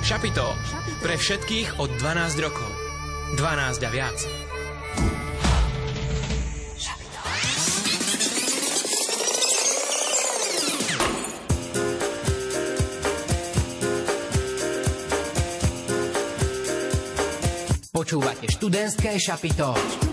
Šapito. Pre všetkých od 12 rokov. 12 a viac. Počúvate študentské šapito.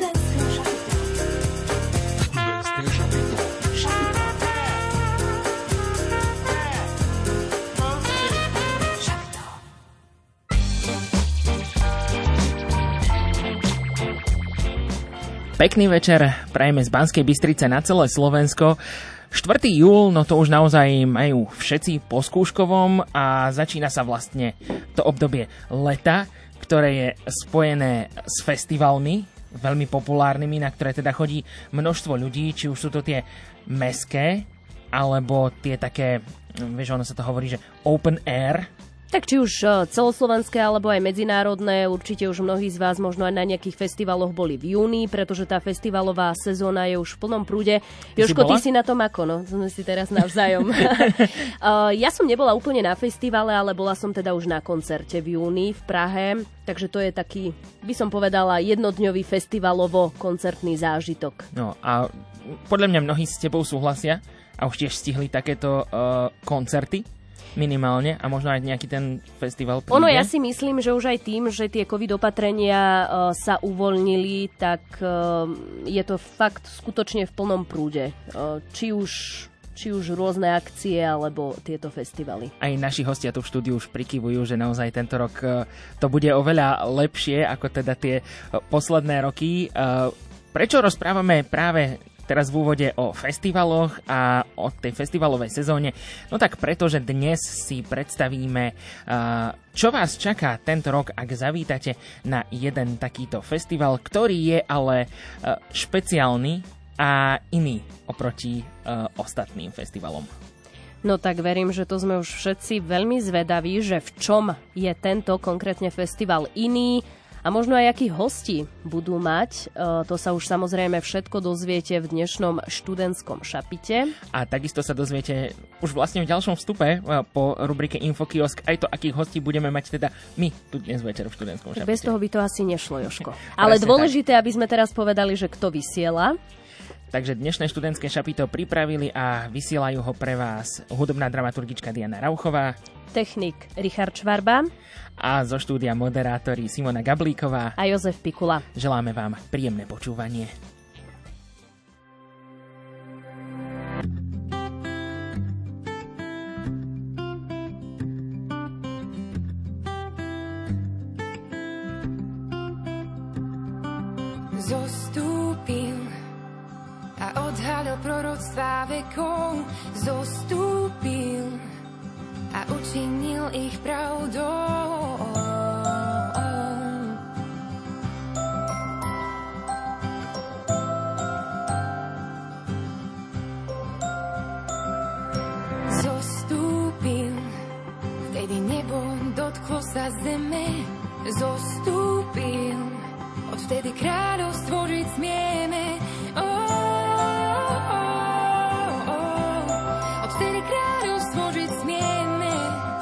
Pekný večer prajeme z Banskej Bystrice na celé Slovensko. 4. júl, no to už naozaj majú všetci po skúškovom a začína sa vlastne to obdobie leta, ktoré je spojené s festivalmi, veľmi populárnymi, na ktoré teda chodí množstvo ľudí, či už sú to tie mestské, alebo tie také, vieš, ono sa to hovorí, že open air. Tak či už celoslovenské alebo aj medzinárodné, určite už mnohí z vás možno aj na nejakých festivaloch boli v júni, pretože tá festivalová sezóna je už v plnom prúde. Jožko, ty si na tom ako? No, sme si teraz navzájom. Ja som nebola úplne na festivale, ale bola som teda už na koncerte v júni v Prahe, takže to je taký, by som povedala, jednodňový festivalovo-koncertný zážitok. No a podľa mňa mnohí s tebou súhlasia a už tiež stihli takéto koncerty. Minimálne a možno aj nejaký ten festival príde. Ono, ja si myslím, že už aj tým, že tie covid opatrenia sa uvoľnili, tak je to fakt skutočne v plnom prúde. Či už rôzne akcie, alebo tieto festivaly. Aj naši hostia tu v štúdiu už prikyvujú, že naozaj tento rok to bude oveľa lepšie ako teda tie posledné roky. Prečo rozprávame práve teraz v úvode o festivaloch a o tej festivalovej sezóne? No tak preto, že dnes si predstavíme, čo vás čaká tento rok, ak zavítate na jeden takýto festival, ktorý je ale špeciálny a iný oproti ostatným festivalom. No tak verím, že to sme už všetci veľmi zvedaví, že v čom je tento konkrétne festival iný, a možno aj akých hostí budú mať. To sa už samozrejme všetko dozviete v dnešnom študentskom šapite. A takisto sa dozviete už vlastne v ďalšom vstupe po rubrike Infokiosk aj to, akých hostí budeme mať teda my tu dnes večer v študentskom šapite. Bez toho by to asi nešlo, Jožko. Ale dôležité, aby sme teraz povedali, že kto vysiela. Takže dnešné študentské šapito pripravili a vysielajú ho pre vás hudobná dramaturgička Diana Rauchová, technik Richard Švarba a zo štúdia moderátori Simona Gablíková a Jozef Pikula. Želáme vám príjemné počúvanie. Zostúpil a odhalil proroctvá vekov, zostúpil a učinil ich pravdou. Zostúpil, vtedy nebo dotklo sa zeme, zostúpil, odvtedy kráľovstvo žiť smieme. Odvtedy kráľovstvo žiť smieme.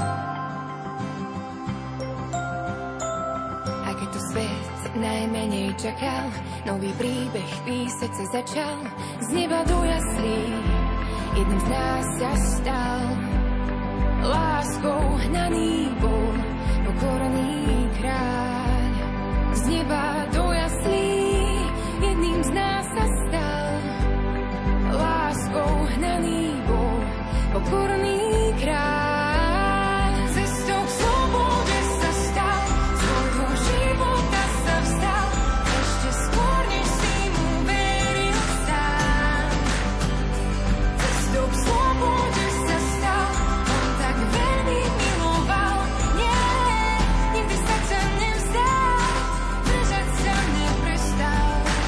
A keď to svet najmenej čakal, nový príbeh písať sa začal. Z neba do jaslí jedným z nás sa stal. Láskou hnaný bol pokorný kráľ. Z neba do jaslí jedným z nás sa stal. Láskou hnaný bol pokorný kráľ. Cestou k slobode sa stal, svojho života sa vzdal, ešte skôr, než si mu veril sám. Cestou k slobode sa stal, on tak veľmi miloval. Nie, nikdy sa ťa nevzdal, držať sa neprestal.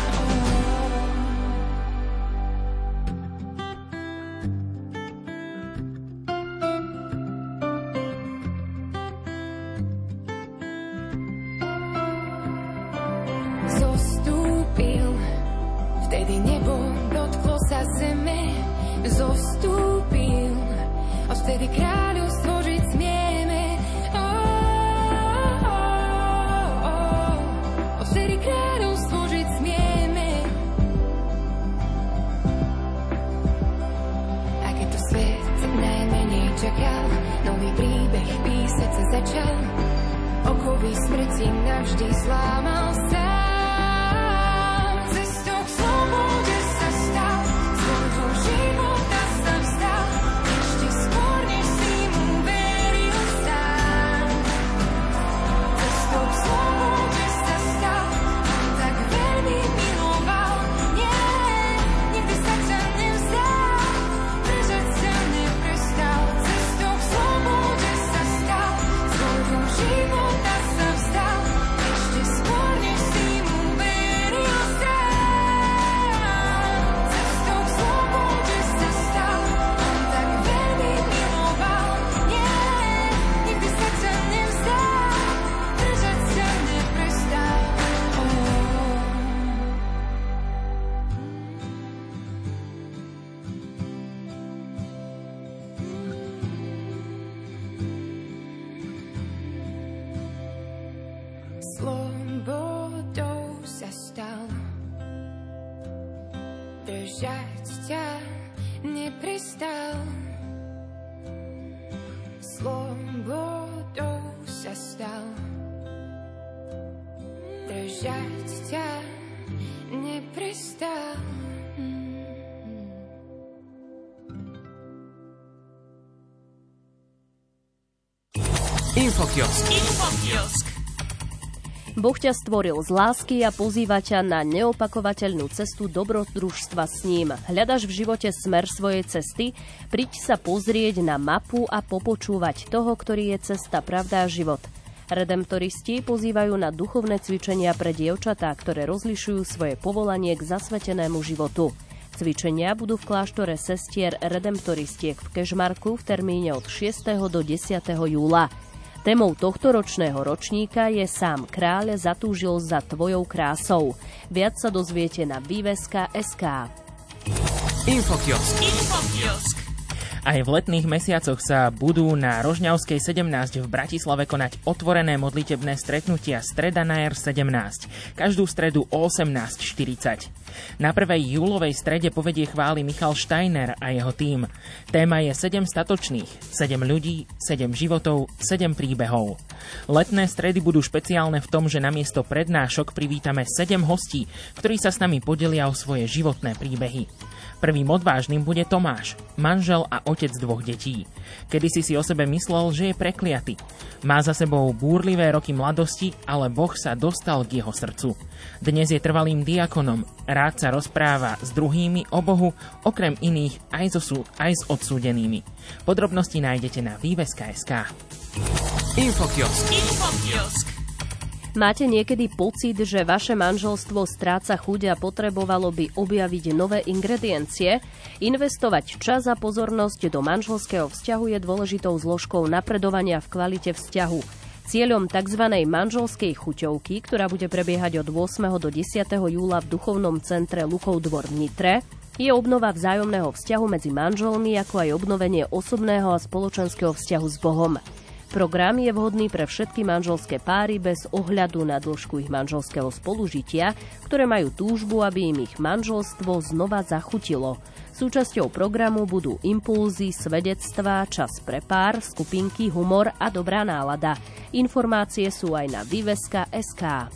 Zostúpil, vtedy nebo dotklo sa zeme. Zostúpil, odvtedy kráľovstvo žiť smieme. Svet najmenej čakal, nový príbeh písať sa začal. Okovy smrti navždy slámal sám. Cestou k slobode sa stal, svojho života sa vzdal, ešte skôr, než si mu veril sám. Cestou k slobode sa stal, on tak veľmi miloval. Nie, nikdy sa ťa nevzdal, držať sa neprestal. Cestou k slobode sa stal, svojho života sa vzdal, ešte skôr, než si mu veril sám. Cestou k slobode sa stal, on tak veľmi miloval. Nie, nikdy sa ťa nevzdal, držať sa neprestal. Slobodou sa stal, držať ťa neprestal. Slobodou sa stal, držať ťa neprestal. Infokiosk. Boh ťa stvoril z lásky a pozýva ťa na neopakovateľnú cestu dobrodružstva s ním. Hľadaš v živote smer svojej cesty? Príď sa pozrieť na mapu a popočúvať toho, ktorý je cesta, pravda a život. Redemptoristi pozývajú na duchovné cvičenia pre dievčatá, ktoré rozlišujú svoje povolanie k zasvetenému životu. Cvičenia budú v kláštore sestier Redemptoristiek v Kežmarku v termíne od 6. do 10. júla. Témou tohtoročného ročníka je Sám kráľ zatúžil za tvojou krásou. Viac sa dozviete na výveska.sk. Infokiosk. Aj v letných mesiacoch sa budú na Rožňavskej 17 v Bratislave konať otvorené modlitebné stretnutia Streda na Jar 17. Každú stredu o 18:40. Na prvej júlovej strede povedie chvály Michal Steiner a jeho tím. Téma je 7 statočných, 7 ľudí, 7 životov, 7 príbehov. Letné stredy budú špeciálne v tom, že namiesto prednášok privítame 7 hostí, ktorí sa s nami podelia o svoje životné príbehy. Prvým odvážnym bude Tomáš, manžel a otec 2 detí. Kedysi si o sebe myslel, že je prekliaty. Má za sebou búrlivé roky mladosti, ale Boh sa dostal k jeho srdcu. Dnes je trvalým diakonom, rád sa rozpráva s druhými o Bohu, okrem iných aj s odsúdenými. Podrobnosti nájdete na výveska.sk. Infokiosk. Máte niekedy pocit, že vaše manželstvo stráca chuť a potrebovalo by objaviť nové ingrediencie? Investovať čas a pozornosť do manželského vzťahu je dôležitou zložkou napredovania v kvalite vzťahu. Cieľom tzv. Manželskej chuťovky, ktorá bude prebiehať od 8. do 10. júla v duchovnom centre Luchov dvor v Nitre, je obnova vzájomného vzťahu medzi manželmi, ako aj obnovenie osobného a spoločenského vzťahu s Bohom. Program je vhodný pre všetky manželské páry bez ohľadu na dĺžku ich manželského spolužitia, ktoré majú túžbu, aby im ich manželstvo znova zachutilo. Súčasťou programu budú impulzy, svedectvá, čas pre pár, skupinky, humor a dobrá nálada. Informácie sú aj na výveska.sk.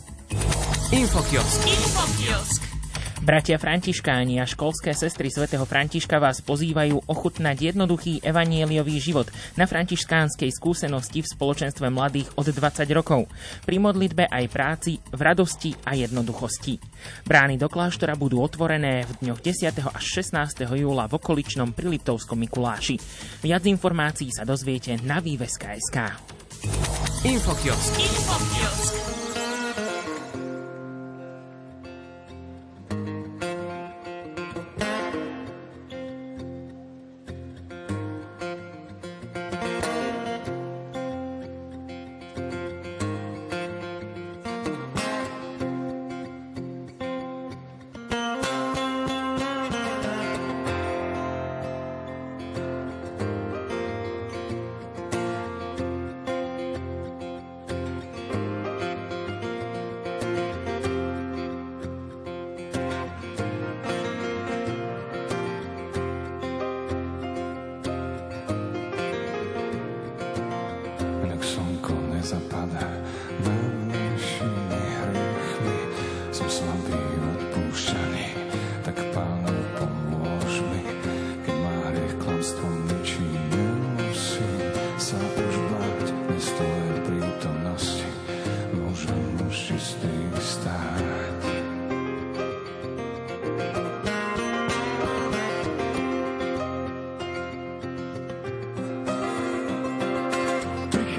Infokiosk. Bratia františkáni a školské sestry svätého Františka vás pozývajú ochutnať jednoduchý evanieliový život na františkánskej skúsenosti v spoločenstve mladých od 20 rokov. Pri modlitbe aj práci, v radosti a jednoduchosti. Brány do kláštora budú otvorené v dňoch 10. až 16. júla v okoličnom pri Liptovskom Mikuláši. Viac informácií sa dozviete na výveska.sk. Infokiosk.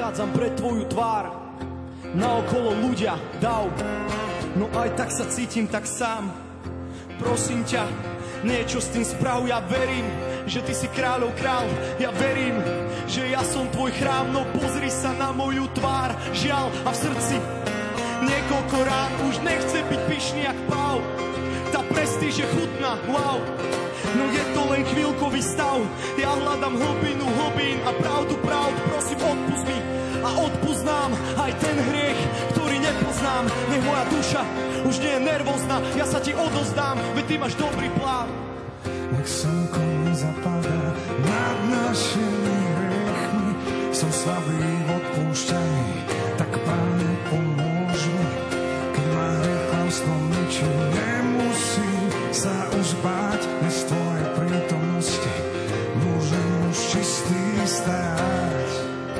prichádzam pred tvoju tvár. Naokolo ľudia, dav. No aj tak sa cítim tak sám. Prosím ťa, niečo s tým sprav. Ja verím, že ty si kráľov kráľ. Ja verím, že ja som tvoj chrám. No pozri sa na moju tvár. Žiaľ a v srdci niekoľko rán. Už nechce byť pyšný jak páv. Tá prestíž je chutná, wow. No je to len chvíľkový stav. Ja hľadám hlbinu hlbín a pravdu pravd. Prosím, odpust mi a odpust nám aj ten hriech, ktorý nepoznám. Nech moja duša už nie je nervózna. Ja sa ti odozdám, veď ty máš dobrý plán. Nech slnko nezapadá nad našimi hriechmi. Som slabý v odpúšťaní, tak Pane pomôž mi. Keď ma hriechovstvom ničím nemusím sa už báť, bez tvojej prítomnosti môžem už čistý stáť.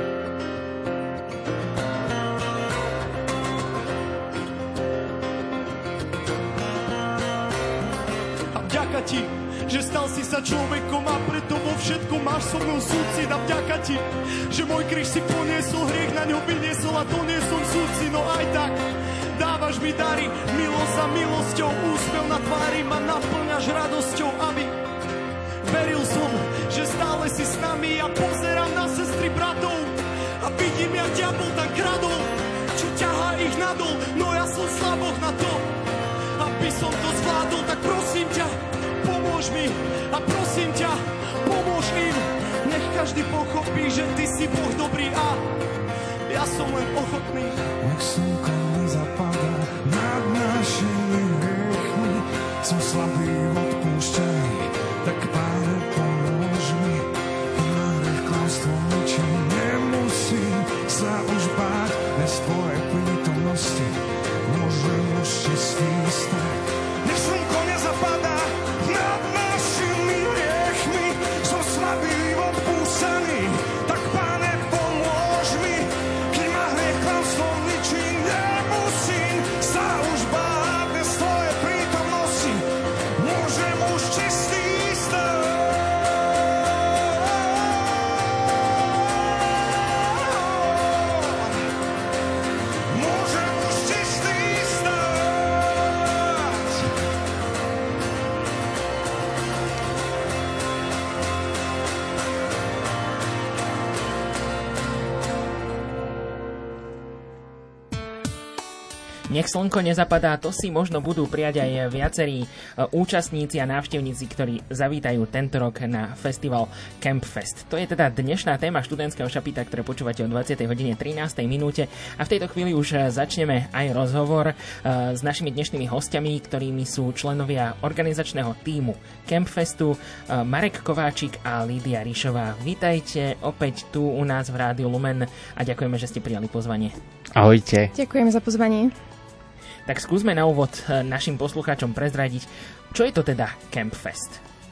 A vďaka ti, že stal si sa človekom a preto vo všetkom máš so mnou súcit. A vďaka ti, že môj kríž si poniesol, hriech na ňo vyniesol a to nie som súci. No aj tak dávaš mi dary, milosť za milosťou, úsmev na tvári ma naplňaš radosťou, aby veril som, že stále si s nami. Ja pozerám na sestry bratov a vidím, jak diabol tam kradol, čo ťahá ich nadol. No ja som slaboch na to, aby som to zvládol. Tak prosím ťa, pomôž mi a prosím ťa, pomôž im. Nech každý pochopí, že ty si Boh dobrý a ja som len ochotný. Nech slnko nezapadá nad našimi hriechmi. Som slabý v odpúšťaní, tak Páne pomôž mi. Na hriech klamstvom ničím nemusím sa už báť, bez tvojej prítomnosti môžem už čistý stať. Nech slnko nezapadá nad našimi hriechmi. Som slabý v odpúšťaní, tak Páne pomôž mi. Keď ma hriech klamstvom ničím nemusím sa už báť, bez tvojej prítomnosti môžem už čistý stať. Môžem už čistý stať. Nech slnko nezapadá, to si možno budú prijať aj viacerí účastníci a návštevníci, ktorí zavítajú tento rok na festival Campfest. To je teda dnešná téma študentského šapita, ktoré počúvate o 20:13 minúte. A v tejto chvíli už začneme aj rozhovor s našimi dnešnými hostiami, ktorými sú členovia organizačného tímu Campfestu Marek Kováčik a Lídia Ríšová. Vítajte opäť tu u nás v Rádiu Lumen a ďakujeme, že ste prijali pozvanie. Ahojte. Ďakujeme za pozvanie. Tak skúsme na úvod našim poslucháčom prezradiť, čo je to teda Campfest?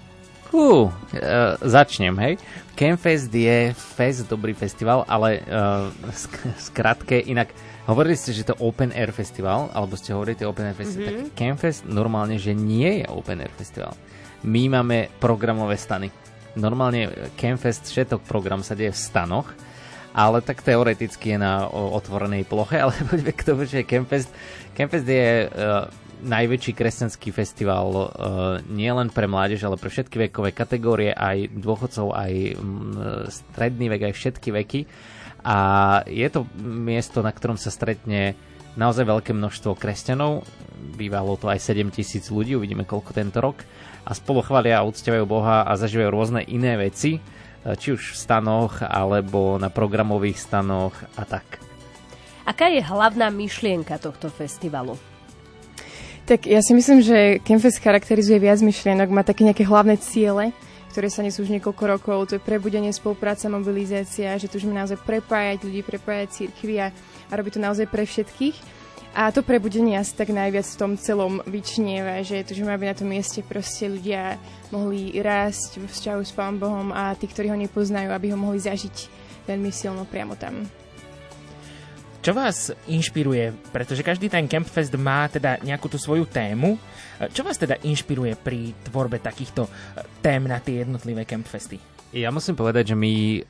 Začnem, hej. Campfest je dobrý festival, ale skratke, inak hovorili ste, že to Open Air festival, alebo ste hovorili Open Air festival, tak Campfest normálne, že nie je Open Air festival. My máme programové stany. Normálne Campfest, všetok program sa deje v stanoch, ale tak teoreticky je na otvorenej ploche, ale poďme k tomu, že Campfest je najväčší kresťanský festival nielen pre mládež, ale pre všetky vekové kategórie, aj dôchodcov, aj stredný vek, aj všetky veky. A je to miesto, na ktorom sa stretne naozaj veľké množstvo kresťanov. Bývalo to aj 7,000 ľudí, uvidíme koľko tento rok. A spolu chvália a uctievajú Boha a zažívajú rôzne iné veci, či už v stanoch, alebo na programových stanoch a tak. Aká je hlavná myšlienka tohto festivalu? Tak ja si myslím, že Campfest charakterizuje viac myšlienok, má také nejaké hlavné ciele, ktoré sa nesú už niekoľko rokov. To je prebudenie, spolupráca, mobilizácia, že túžime naozaj prepájať ľudí, prepájať cirkvi a robiť to naozaj pre všetkých. A to prebudenie asi tak najviac v tom celom vyčnieva, že túžime, aby na tom mieste proste ľudia mohli rásť v vzťahu s Pánom Bohom a tí, ktorí ho nepoznajú, aby ho mohli zažiť veľmi silno priamo tam. Čo vás inšpiruje? Pretože každý ten Campfest má teda nejakú tú svoju tému. Čo vás teda inšpiruje pri tvorbe takýchto tém na tie jednotlivé Campfesty? Ja musím povedať, že my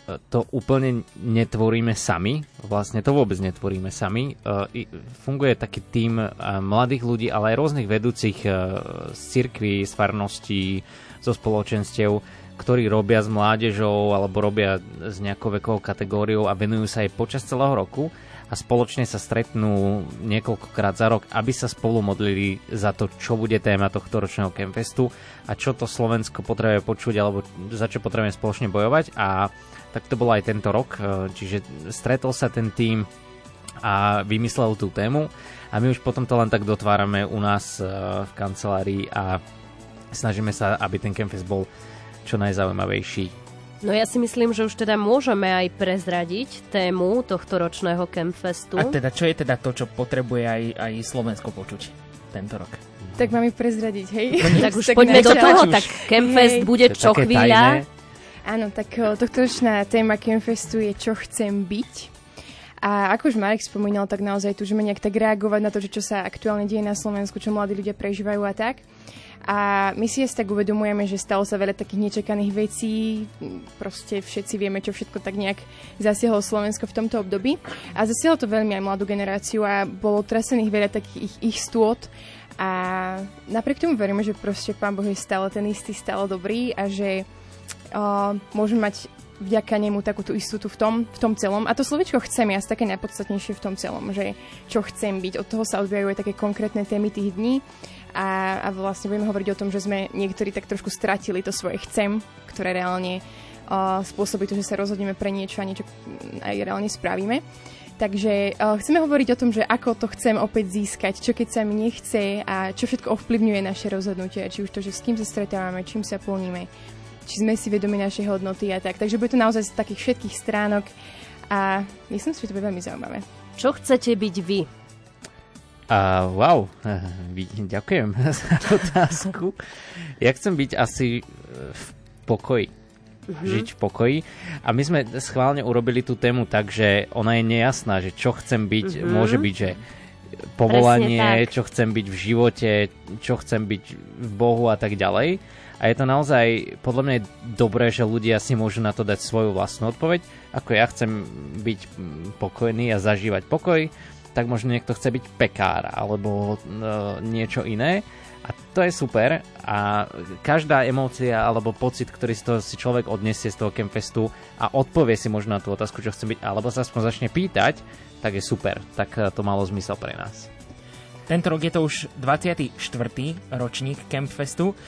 to úplne netvoríme sami, vlastne to vôbec netvoríme sami. Funguje taký tím mladých ľudí, ale aj rôznych vedúcich z cirkví, z farností, zo spoločenstiev, ktorí robia s mládežou alebo robia s nejakou vekovou kategóriou a venujú sa aj počas celého roku a spoločne sa stretnú niekoľkokrát za rok, aby sa spolu modlili za to, čo bude téma tohto ročného Campfestu a čo to Slovensko potrebuje počuť alebo za čo potrebujeme spoločne bojovať. A tak to bolo aj tento rok, čiže stretol sa ten tím a vymyslel tú tému a my už potom to len tak dotvárame u nás v kancelárii a snažíme sa, aby ten Campfest bol čo najzaujímavejší. No ja si myslím, že už teda môžeme aj prezradiť tému tohto ročného Campfestu. A teda čo je teda to, čo potrebuje aj Slovensko počuť tento rok? Tak máme prezradiť, hej? Tak už poďme do toho, tak Campfest bude čo chvíľa. Áno, tak tohtoročná téma Campfestu je Čo chcem byť. A ako už Marek spomínal, tak naozaj túžime nejak tak reagovať na to, čo sa aktuálne deje na Slovensku, čo mladí ľudia prežívajú a tak. A my si tak uvedomujeme, že stalo sa veľa takých nečakaných vecí, proste všetci vieme, čo všetko tak nejak zasiahlo Slovensko v tomto období. A zasiahlo to veľmi aj mladú generáciu a bolo trasených veľa takých ich stôt. A napriek tomu veríme, že proste Pán Boh je stále ten istý, stále dobrý a že môžeme mať vďaka nemu takú tú istotu v tom celom. A to slovičko chcem je asi také najpodstatnejšie v tom celom, že čo chcem byť. Od toho sa odvíjajú aj také konkrétne témy tých dní. A vlastne budeme hovoriť o tom, že sme niektorí tak trošku stratili to svoje chcem, ktoré reálne spôsobí to, že sa rozhodneme pre niečo a niečo aj reálne spravíme. Takže chceme hovoriť o tom, že ako to chcem opäť získať, čo keď sa mi nechce a čo všetko ovplyvňuje naše rozhodnutie. Či už to, že s kým sa stretávame, čím sa plníme, či sme si vedomi naše hodnoty a tak. Takže bude to naozaj z takých všetkých stránok a myslím si, že to bude veľmi zaujímavé. Čo chcete byť vy? Wow, ďakujem za otázku. Ja chcem byť asi v pokoji. Žiť v pokoji. A my sme schválne urobili tú tému tak, že ona je nejasná, že čo chcem byť, môže byť, že povolanie, čo chcem byť v živote, čo chcem byť v Bohu a tak ďalej. A je to naozaj, podľa mňa je dobré, že ľudia si môžu na to dať svoju vlastnú odpoveď. Ako ja chcem byť pokojný a zažívať pokoj, tak možno niekto chce byť pekár alebo niečo iné. A to je super. A každá emócia alebo pocit, ktorý z toho si človek odniesie z toho Campfestu a odpovie si možno na tú otázku, čo chce byť, alebo sa aspoň začne pýtať, tak je super. Tak to malo zmysel pre nás. Tento rok je to už 24. ročník Campfestu.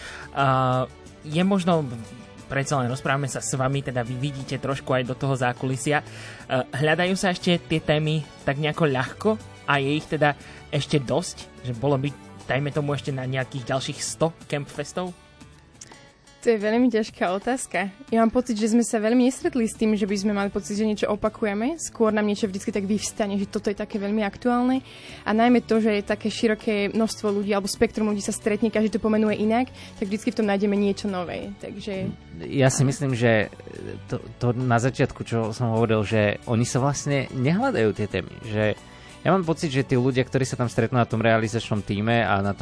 Je možno... Predsa len rozprávame sa s vami, teda vy vidíte trošku aj do toho zákulisia. Hľadajú sa ešte tie témy tak nejako ľahko a je ich teda ešte dosť? Že bolo by, dajme tomu, ešte na nejakých ďalších 100 Campfestov? To je veľmi ťažká otázka. Ja mám pocit, že sme sa veľmi nestretli s tým, že by sme mali pocit, že niečo opakujeme. Skôr nám niečo vždycky tak vyvstane, že toto je také veľmi aktuálne. A najmä to, že je také široké množstvo ľudí alebo spektrum ľudí sa stretne, každý to pomenuje inak, tak vždycky v tom nájdeme niečo nové. Takže... Ja si myslím, že to na začiatku, čo som hovoril, že oni sa vlastne nehľadajú tie témy. Že ja mám pocit, že tí ľudia, ktorí sa tam stretnú na tom realizačnom týme a na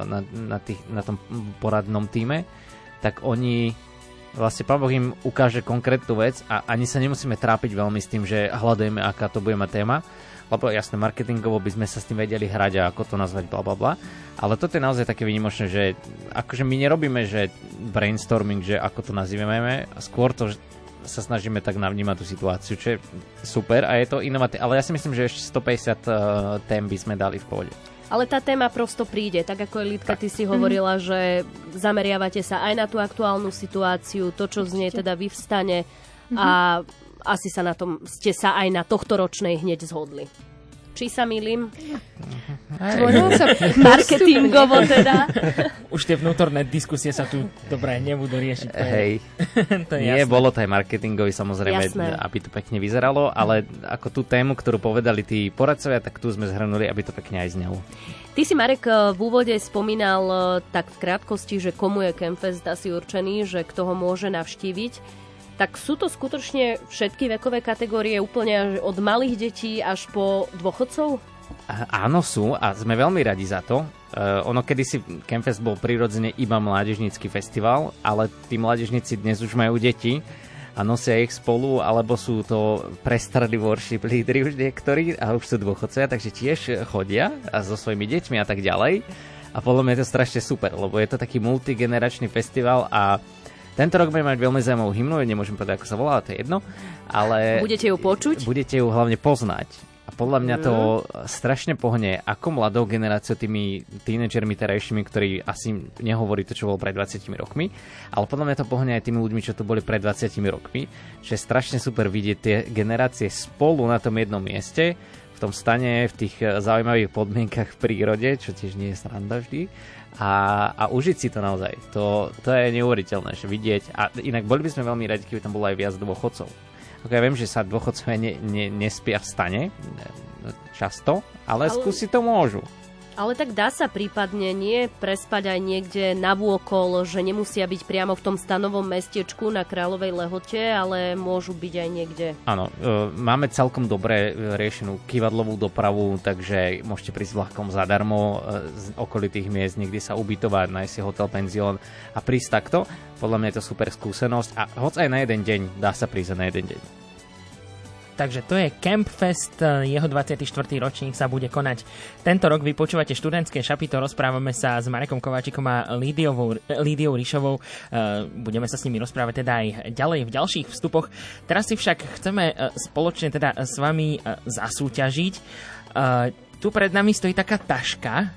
tom poradnom týme, tak oni vlastne Pán Boh im ukáže konkrétnu vec a ani sa nemusíme trápiť veľmi s tým, že hľadujeme, aká to bude mať téma, lebo jasne, marketingovo by sme sa s tým vedeli hrať a ako to nazvať, blablabla. Ale toto je naozaj také výnimočné, že akože my nerobíme, že brainstorming, že ako to nazývame, a skôr to sa snažíme tak navnímať tú situáciu, čo je super a je to inovatívne. Ale ja si myslím, že ešte 150 tém by sme dali v pohode. Ale tá téma prosto príde, tak ako je Lidka, ty si hovorila, že zameriavate sa aj na tú aktuálnu situáciu, to, čo z nej teda vyvstane a asi sa na tom, ste sa aj na tohtoročnej hneď zhodli. Či sa milím? Marketingovo teda. Už tie vnútorné diskusie sa tu dobre nebudú riešiť. Hej, to je nie, jasné. bolo to aj marketingovi samozrejme, Jasné. aby to pekne vyzeralo, ale ako tú tému, ktorú povedali tí poradcovia, tak tu sme zhrnuli, aby to pekne aj znelo. Ty si, Marek, v úvode spomínal tak v krátkosti, že komu je Campfest asi určený, že kto ho môže navštíviť. Tak sú to skutočne všetky vekové kategórie, úplne od malých detí až po dôchodcov? Áno, sú a sme veľmi radi za to. Ono kedysi Campfest bol prirodzene iba mládežnícky festival, ale tí mládežníci dnes už majú deti a a nosia ich spolu, alebo sú to prestradí worship lídri už niektorí a už sú dôchodcovia, takže tiež chodia a so svojimi deťmi a tak ďalej. A podľa mňa je to strašne super, lebo je to taký multigeneračný festival a tento rok budeme mať veľmi zaujímavú hymnu, nemôžem povedať, ako sa volá, to je jedno, ale budete ju počuť? Budete ju hlavne poznať. A podľa mňa to strašne pohne ako mladou generáciou, tými tínedžermi terajšími, ktorí asi nehovorí to, čo bolo pred 20 rokmi, ale podľa mňa to pohne aj tými ľuďmi, čo tu boli pred 20 rokmi, že je strašne super vidieť tie generácie spolu na tom jednom mieste, v tom stane, v tých zaujímavých podmienkach v prírode, čo tiež nie je sranda vždy. A užiť si to naozaj. To je neuveriteľné, že vidieť. A inak boli by sme veľmi radi, keby tam bolo aj viac dôchodcov. Ako ja viem, že sa dôchodcovia nespia v stane často, ale skúsiť to môžu. Ale tak dá sa prípadne nie prespať aj niekde navôkol, že nemusia byť priamo v tom stanovom mestečku na Kráľovej Lehote, ale môžu byť aj niekde. Áno, máme celkom dobre riešenú kývadlovú dopravu, takže môžete prísť vlakom zadarmo z okolitých miest, niekde sa ubytovať, nájsť si hotel, penzión a prísť takto. Podľa mňa je to super skúsenosť a hoď aj na jeden deň, dá sa prísť na jeden deň. Takže to je Campfest, jeho 24. ročník sa bude konať tento rok. Vy počúvate študentské šapito, rozprávame sa s Marekom Kováčikom a Lídiou Ríšovou. Budeme sa s nimi rozprávať teda aj ďalej v ďalších vstupoch. Teraz si však chceme spoločne teda s vami zasúťažiť. Tu pred nami stojí taká taška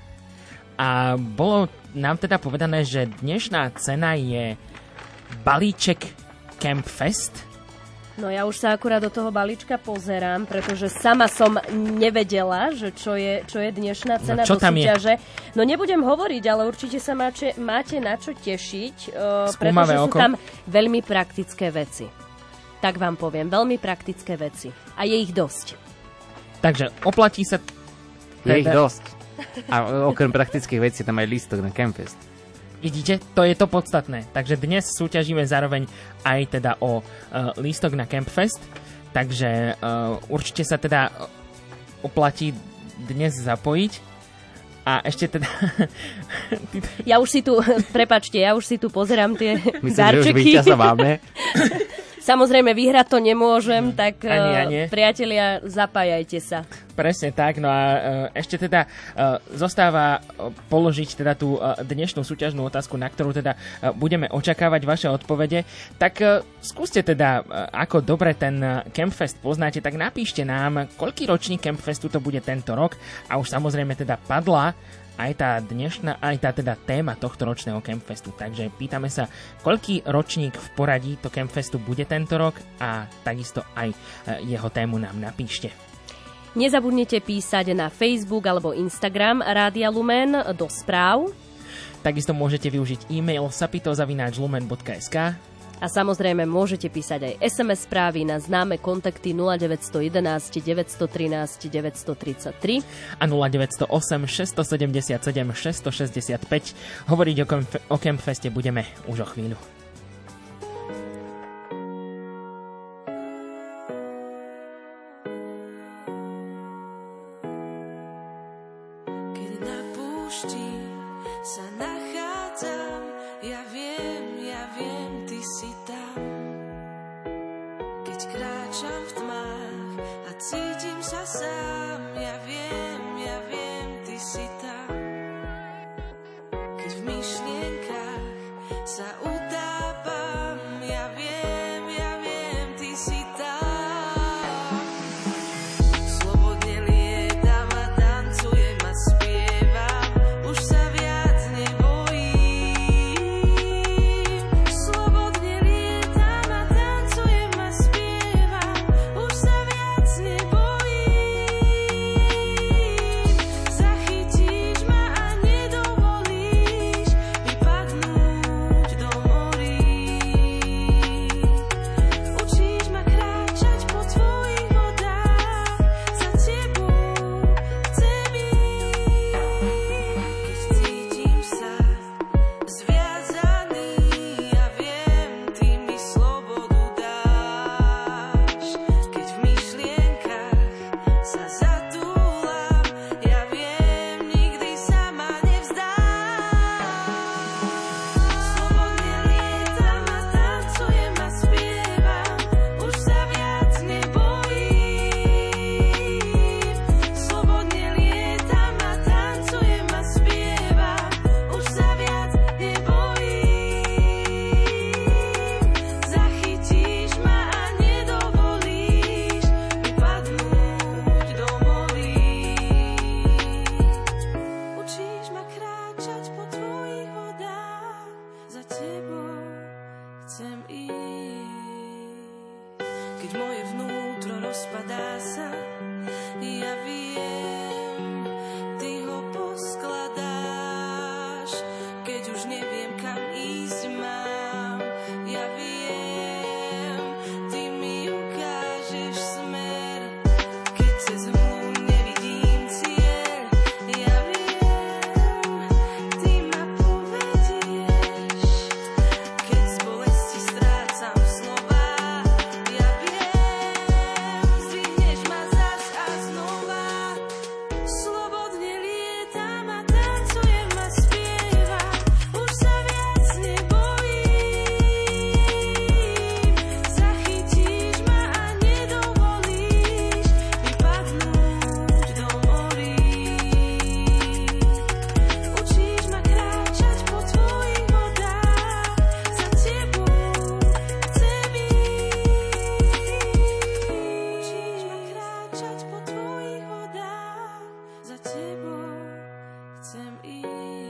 a bolo nám teda povedané, že dnešná cena je balíček Campfest. No ja už sa akurát do toho balíčka pozerám, pretože sama som nevedela, že čo je dnešná cena do súťaže. No nebudem hovoriť, ale určite sa máte na čo tešiť, pretože sú tam veľmi praktické veci. Tak vám poviem, veľmi praktické veci. A je ich dosť. Takže oplatí sa... Je ich dosť. A okrem praktických vecí tam aj lístok na Campfest. Vidíte, to je to podstatné. Takže dnes súťažíme zároveň aj teda o lístok na Campfest. Takže určite sa teda oplatí dnes zapojiť. A ešte teda... Ja už si tu, prepáčte, pozerám tie darčeky. Myslím, že už víťaza máme. Samozrejme, vyhrať to nemôžem, tak priatelia, zapájajte sa. Presne tak, no a ešte teda zostáva položiť teda tú dnešnú súťažnú otázku, na ktorú teda budeme očakávať vaše odpovede. Tak skúste teda, ako dobre ten Campfest poznáte, tak napíšte nám, koľký ročník Campfestu to bude tento rok a už samozrejme teda padla aj tá dnešná, aj tá teda téma tohto ročného Campfestu. Takže pýtame sa, koľký ročník v poradí to Campfestu bude tento rok a takisto aj jeho tému nám napíšte. Nezabudnite písať na Facebook alebo Instagram Rádia Lumen do správ. Takisto môžete využiť e-mail sapito@lumen.sk. A samozrejme môžete písať aj SMS správy na známe kontakty 0911 913 933 a 0908 677 665. Hovoriť o Campfeste budeme už o chvíľu. Keď na púšti sa nachádzam, ja viem, ty si tam. Keď kráčam v tmách a cítim sa sám, ja viem, ty si tam. Keď v myšlienkach sa utápam, ja viem, ty si tam. Slobodne lietam a tancujem a spievam, už sa viac nebojím. Slobodne lietam a tancujem a spievam, už sa viac nebojím. Zachytíš ma a nedovolíš mi padnúť do keď moje vnútro rozpadá sa. Ja viem, ty ho poskladáš, keď už neviem, kam ísť mám. Ja viem, ty mi ukážeš smer, keď cez hmlu nevidím cieľ. Ja viem, ty ma povedieš, keď z bolesti strácam slova. Ja viem, zdvihneš ma zas a znova. Slobodne lietam a tancujem a spievam, už sa viac nebojím. Zachytíš ma a nedovolíš mi padnúť do morí. Učíš ma kráčať po tvojich vodách, za tebou chcem ísť. Učíš ma kráčať po tvojich vodách, za tebou chcem ísť.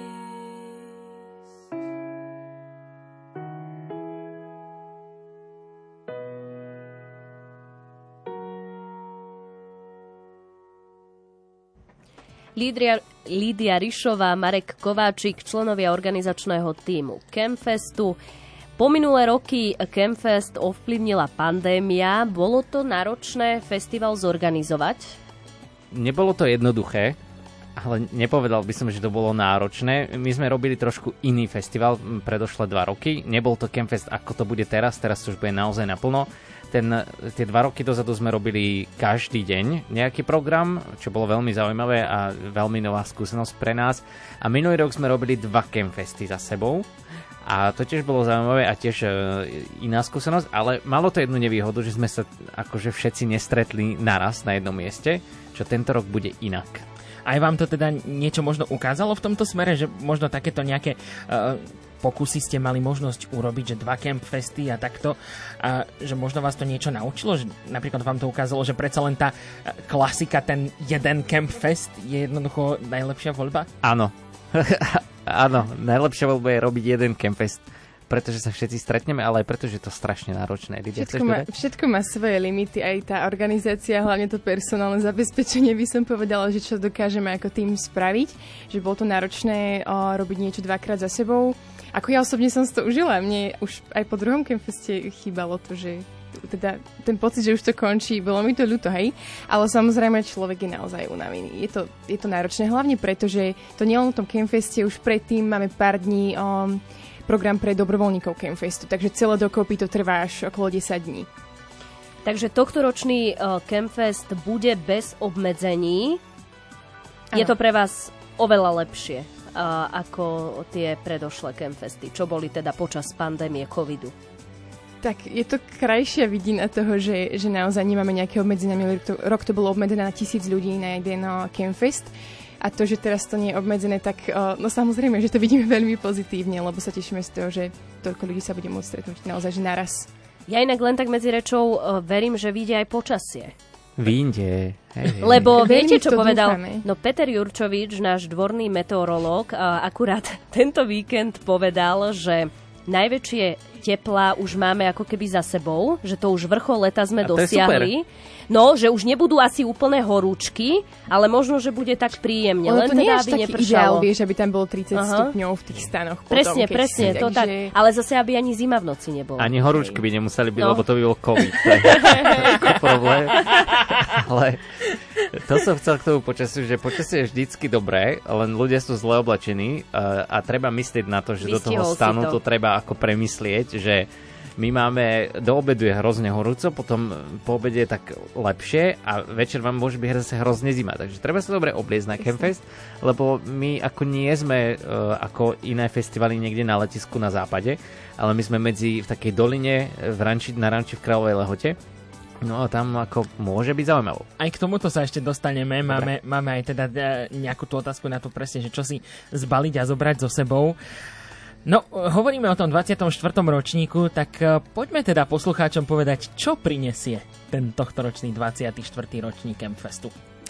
Lídia Rišová, Marek Kováčik, členovia organizačného tímu Campfestu. Po minulé roky Campfest ovplyvnila pandémia. Bolo to náročné festival zorganizovať? Nebolo to jednoduché, ale nepovedal by som, že to bolo náročné. My sme robili trošku iný festival predošlé 2 roky. Nebol to Campfest, ako to bude teraz to už bude naozaj naplno. Tie 2 roky dozadu sme robili každý deň nejaký program, čo bolo veľmi zaujímavé a veľmi nová skúsenosť pre nás. A minulý rok sme robili 2 Campfesty za sebou. A to tiež bolo zaujímavé a tiež iná skúsenosť, ale malo to jednu nevýhodu, že sme sa akože všetci nestretli naraz na jednom mieste, čo tento rok bude inak. Aj vám to teda niečo možno ukázalo v tomto smere, že možno takéto nejaké pokusy ste mali možnosť urobiť, že 2 Campfesty a takto, a že možno vás to niečo naučilo, že napríklad vám to ukázalo, že predsa len tá klasika, ten jeden Campfest je jednoducho najlepšia voľba? Áno. Áno, najlepšia voľba je robiť jeden Campfest, pretože sa všetci stretneme, ale aj preto, že je to strašne náročné. Lidia, všetko má svoje limity, aj tá organizácia, hlavne to personálne zabezpečenie, by som povedala, že čo dokážeme ako tým spraviť, že bolo to náročné robiť niečo 2-krát za sebou. Ako ja osobne som si to užila, mne už aj po druhom Campfeste chýbalo to, že teda ten pocit, že už to končí, bolo mi to ľúto, hej, ale samozrejme človek je naozaj unavený. Je to náročné, hlavne preto, že to nielen v tom Campfeste, už predtým máme pár dní program pre dobrovoľníkov Campfestu, takže celé dokopy to trvá až okolo 10 dní. Takže tohtoročný Campfest bude bez obmedzení. Ano. Je to pre vás oveľa lepšie ako tie predošlé Campfesty, čo boli teda počas pandémie covidu. Tak je to krajšia vidina toho, že naozaj nemáme nejaké obmedzenia. Minulý rok to bolo obmedzené na 1000 ľudí na jeden Campfest. A to, že teraz to nie je obmedzené, tak no samozrejme, že to vidíme veľmi pozitívne, lebo sa tešíme z toho, že toľko ľudí sa bude môcť stretnúť naozaj, že naraz. Ja inak len tak medzi rečou verím, že vyjde aj počasie. Vyjde. Lebo viete, čo povedal? Dúfame. No Peter Jurčovič, náš dvorný meteorológ, akurát tento víkend povedal, že najväčšie teplá už máme ako keby za sebou, že to už vrchol leta sme dosiahli. No, že už nebudú asi úplné horúčky, ale možno, že bude tak príjemne. Len to teda, nie je až taký ideál, vieš, aby tam bolo 30 stupňov v tých stanoch. Presne, to tak. Ale zase, aby ani zima v noci nebola. Ani horúčky by nemuseli byť, lebo to by bol COVID. To je problém. Ale to som chcel k tomu počasiu, že počasie je vždycky dobré, len ľudia sú zle oblečení a treba myslieť na to, že do toho stanu to treba ako premyslieť, že my máme, do obedu je hrozne horúco, potom po obede je tak lepšie a večer vám môže byť zase hrozne zima. Takže treba sa dobre obliecť na Campfest, lebo my ako nie sme ako iné festivaly niekde na letisku na západe, ale my sme v takej doline na ranči v Kráľovej Lehote. No a tam ako môže byť zaujímavé. Aj k tomuto sa ešte dostaneme. Máme aj teda nejakú tú otázku na to presne, že čo si zbaliť a zobrať so sebou. No, hovoríme o tom 24. ročníku, tak poďme teda poslucháčom povedať, čo prinesie ten tohtoročný 24. ročník Campfestu.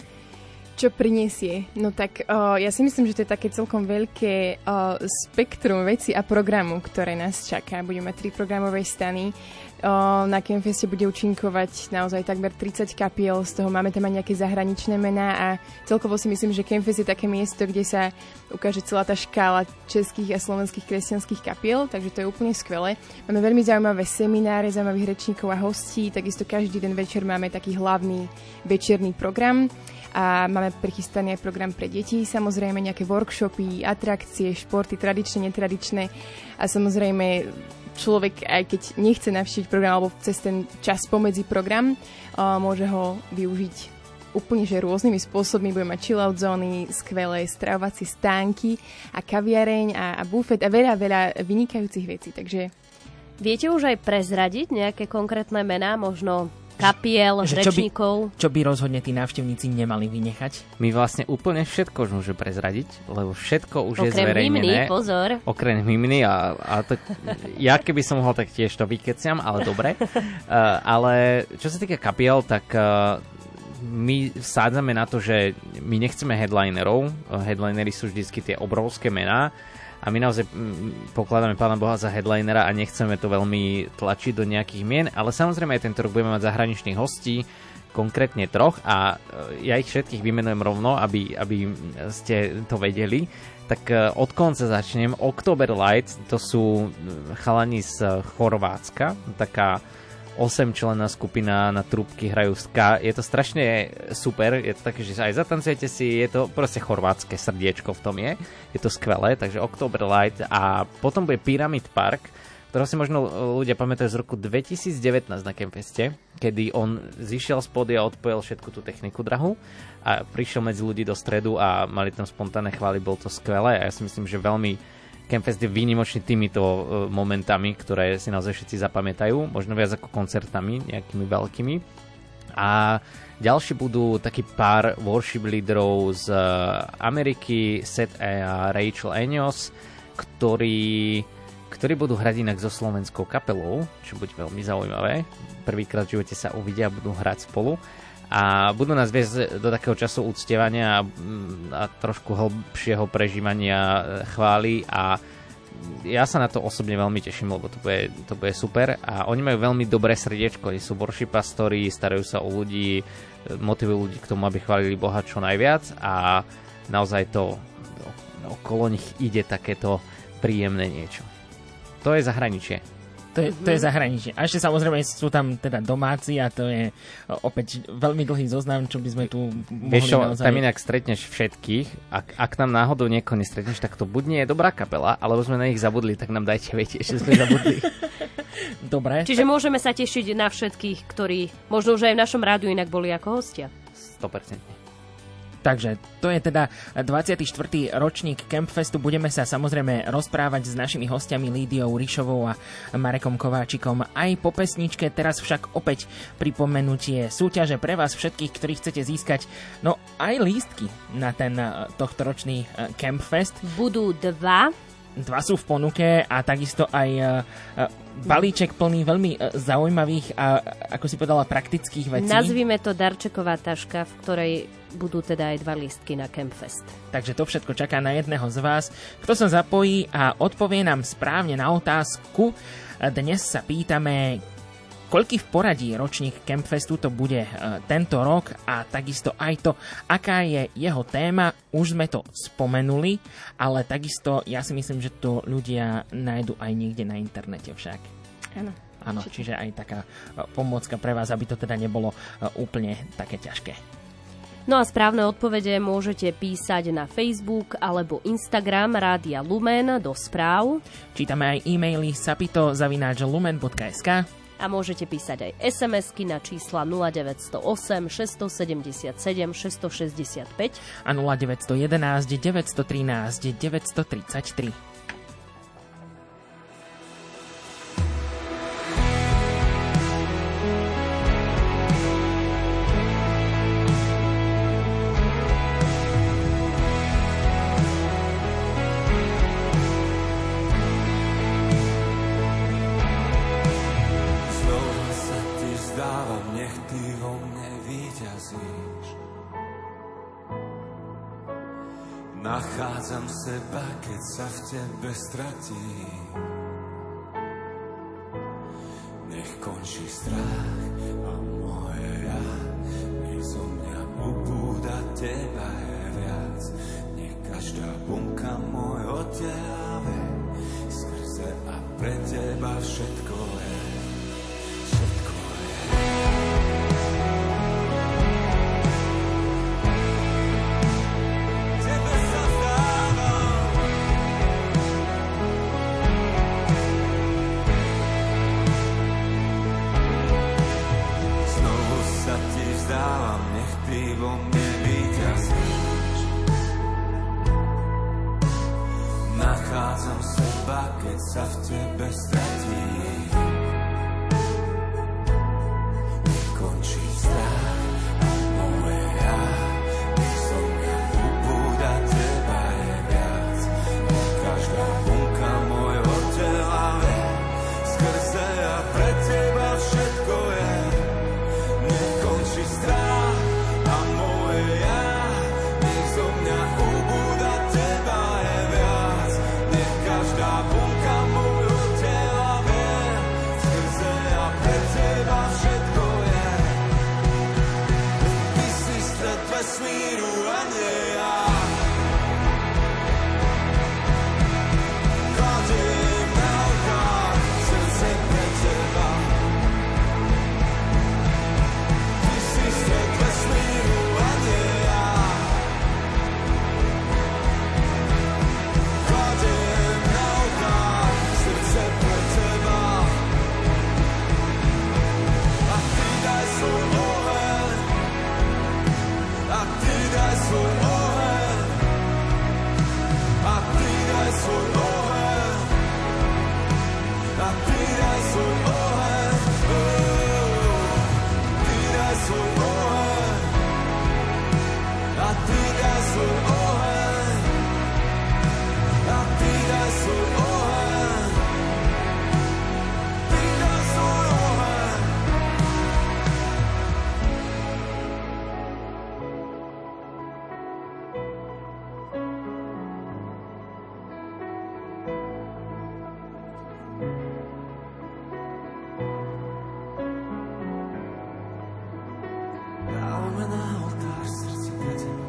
Čo prinesie? No tak ja si myslím, že to je také celkom veľké spektrum vecí a programu, ktoré nás čaká. Budeme mať 3 programové stany. Na Campfeste bude účinkovať naozaj takmer 30 kapiel, z toho máme tam aj nejaké zahraničné mená a celkovo si myslím, že Campfest je také miesto, kde sa ukáže celá tá škála českých a slovenských kresťanských kapiel, takže to je úplne skvelé. Máme veľmi zaujímavé semináre, zaujímavých rečníkov a hostí, takisto každý den večer máme taký hlavný večerný program a máme prichystaný aj program pre deti, samozrejme nejaké workshopy, atrakcie, športy, tradičné, netradičné a samozrejme človek, aj keď nechce navštíviť program alebo cez ten čas pomedzi program, môže ho využiť úplne že rôznymi spôsobmi. Budeme mať chill-out zóny, skvelé stravovacie stánky a kaviareň a bufet a veľa vynikajúcich vecí. Takže viete už aj prezradiť nejaké konkrétne mená, možno kapiel, rečníkov? Čo by rozhodne tí návštevníci nemali vynechať? My vlastne úplne všetko už môžeme prezradiť, lebo všetko už je zverejnené. Okrem hymny, pozor. Okrem hymny a to, ja keby som mohol, tak tiež to vykeciam, ale dobre. Ale čo sa týka kapiel, tak my sádzame na to, že my nechceme headlinerov. Headlinery sú vždycky tie obrovské mená. A my naozaj pokladáme Pána Boha za headlinera a nechceme to veľmi tlačiť do nejakých mien, ale samozrejme aj tento rok budeme mať zahraničných hostí, konkrétne 3 a ja ich všetkých vymenujem rovno, aby ste to vedeli. Tak od konca začnem. Oktober Lights, to sú chalani z Chorvátska, taká 8-členná skupina na trúbky, hrajú ska. Je to strašne super, je to také, že aj zatancujete si, je to proste chorvátske srdiečko v tom je to skvelé, takže October Light a potom bude Pyramid Park, ktorého si možno ľudia pamätajú z roku 2019 na Campfeste, kedy on zišiel z pódia a odpojil všetku tú techniku drahú a prišiel medzi ľudí do stredu a mali tam spontánne chvály, bol to skvelé a ja si myslím, že veľmi Campfest je výnimočný týmito momentami, ktoré si naozaj všetci zapamätajú, možno viac ako koncertami, nejakými veľkými. A ďalší budú taký pár worship líderov z Ameriky, Seth a Rachel Enyos, ktorí budú hrať inak so slovenskou kapelou, čo bude veľmi zaujímavé. Prvýkrát v živote sa uvidia a budú hrať spolu. A budú nás viesť do takého času uctievania a trošku hlbšieho prežívania chvály a ja sa na to osobne veľmi teším, lebo to bude super a oni majú veľmi dobré srdiečko, oni sú worship pastori, starajú sa o ľudí, motivujú ľudí k tomu, aby chválili Boha čo najviac a naozaj to okolo nich ide takéto príjemné niečo. To je zahraničie. To je zahraničie. A ešte samozrejme sú tam teda domáci a to je opäť veľmi dlhý zoznam, čo by sme tu mohli naozaj... Tam inak stretneš všetkých. Ak tam náhodou niekoho nestretneš, tak to buď nie je dobrá kapela, alebo sme na nich zabudli, tak nám dajte vedieť, že sme zabudli. Dobre. Čiže môžeme sa tešiť na všetkých, ktorí možno už aj v našom rádiu inak boli ako hostia. 100%. Takže to je teda 24. ročník Campfestu. Budeme sa samozrejme rozprávať s našimi hostiami Lídiou Rišovou a Marekom Kováčikom aj po pesničke. Teraz však opäť pripomenutie súťaže pre vás všetkých, ktorí chcete získať no aj lístky na ten tohtoročný Campfest. Budú 2 sú v ponuke a takisto aj balíček plný veľmi zaujímavých a, ako si povedala, praktických vecí. Nazvime to darčeková taška, v ktorej budú teda aj 2 lístky na Campfest. Takže to všetko čaká na jedného z vás, kto sa zapojí a odpovie nám správne na otázku. Dnes sa pýtame, koľký v poradí ročník Campfestu to bude tento rok a takisto aj to, aká je jeho téma. Už sme to spomenuli, ale takisto ja si myslím, že to ľudia nájdu aj niekde na internete však. Áno, čiže aj taká pomôcka pre vás, aby to teda nebolo úplne také ťažké. No a správne odpovede môžete písať na Facebook alebo Instagram Rádia Lumen do správ. Čítame aj e-maily sapito@lumen.sk a môžete písať aj SMS-ky na čísla 0908 677 665 a 0911 913 933. Nachádzam seba, keď sa v tebe stratím. Nech končí strach a moje ja, nech zo mňa ubúda teba je viac. Nech každá bunka môjho tela vie, skrze a pre teba všetko je. Všetko je. Tebe sa vzdávam. Znovu sa ti vzdávam, nech ty vo mne víťazíš. Nachádzam seba, keď sa v tebe stratím. Nech končí strach a moje ja, nech zo mňa ubúda teba je viac. Nech každá bunka môjho tela vie, skrze a pre teba všetko je. Nech končí strach a moje ja, nech zo mňa ubúda teba je viac. Nech každá bunka môjho tela vie, skrze a pre teba všetko je. Ty si stred vesmíru a nie ja. Kladiem na oltár srdce pre teba. Ty si stred vesmíru a nie ja. Kladiem na oltár srdce pre teba. A ty daj svoj oheň. A ty daj svoj oheň. A ty daj svoj oheň. A ty daj svoj oheň. Ty daj svoj oheň. A ty daj svoj oheň. A ty daj svoj oheň. Ty daj svoj oheň. Dávame na oltár srdce pre teba.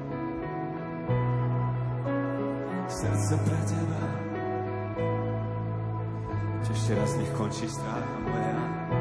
Srdce pre teba. Ešte raz nech končí strach a moja.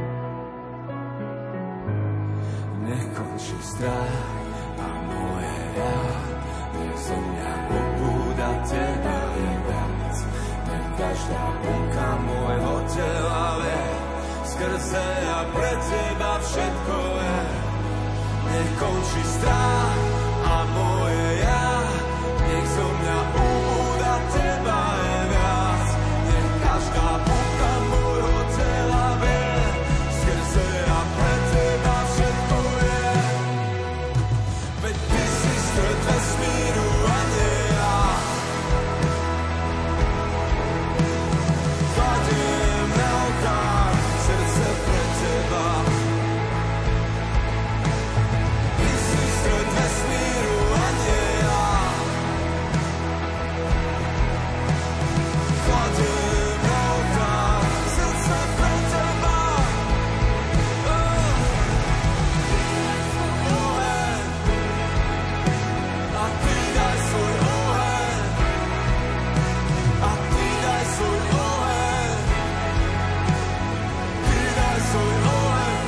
Nech končí strach a moje ja. Nech zo mňa ubúda teba je viac. Nech každá bunka môjho tela vie, skrze a pre teba všetko je. Nech končí strach a moje ja, nech zo mňa ubúda teba je viac. Nech každá bunka môjho tela vie, skrze a pre teba všetko je. Veď ty si stred vesmíru a nie ja. Kladiem na oltár srdce pre teba. Ty si stred vesmíru a nie ja. Kladiem na oltár srdce pre teba. Oheň. A ty daj svoj oheň. A ty daj svoj oheň. Ty daj svoj oheň.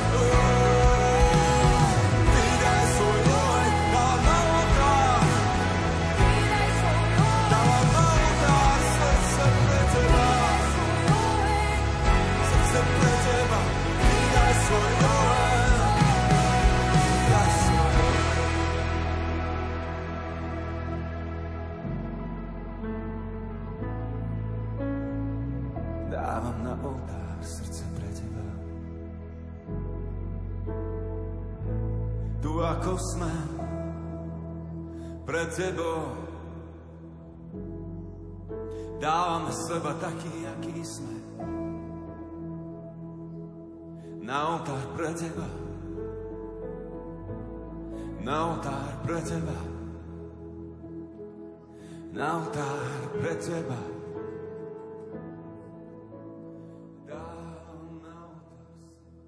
Ty daj svoj oheň. Dávam na oltár. Dávam na oltár srdce pre teba. Srdce pre teba. Ty daj svoj oheň. Daj svoj oheň. Dávam na oltár srdce pre teba. Tu ako sme pred tebou, dávame seba taký, aký sme. Na oltár pre teba. Na oltár pre teba. Na oltár pre teba. Dávam na oltár.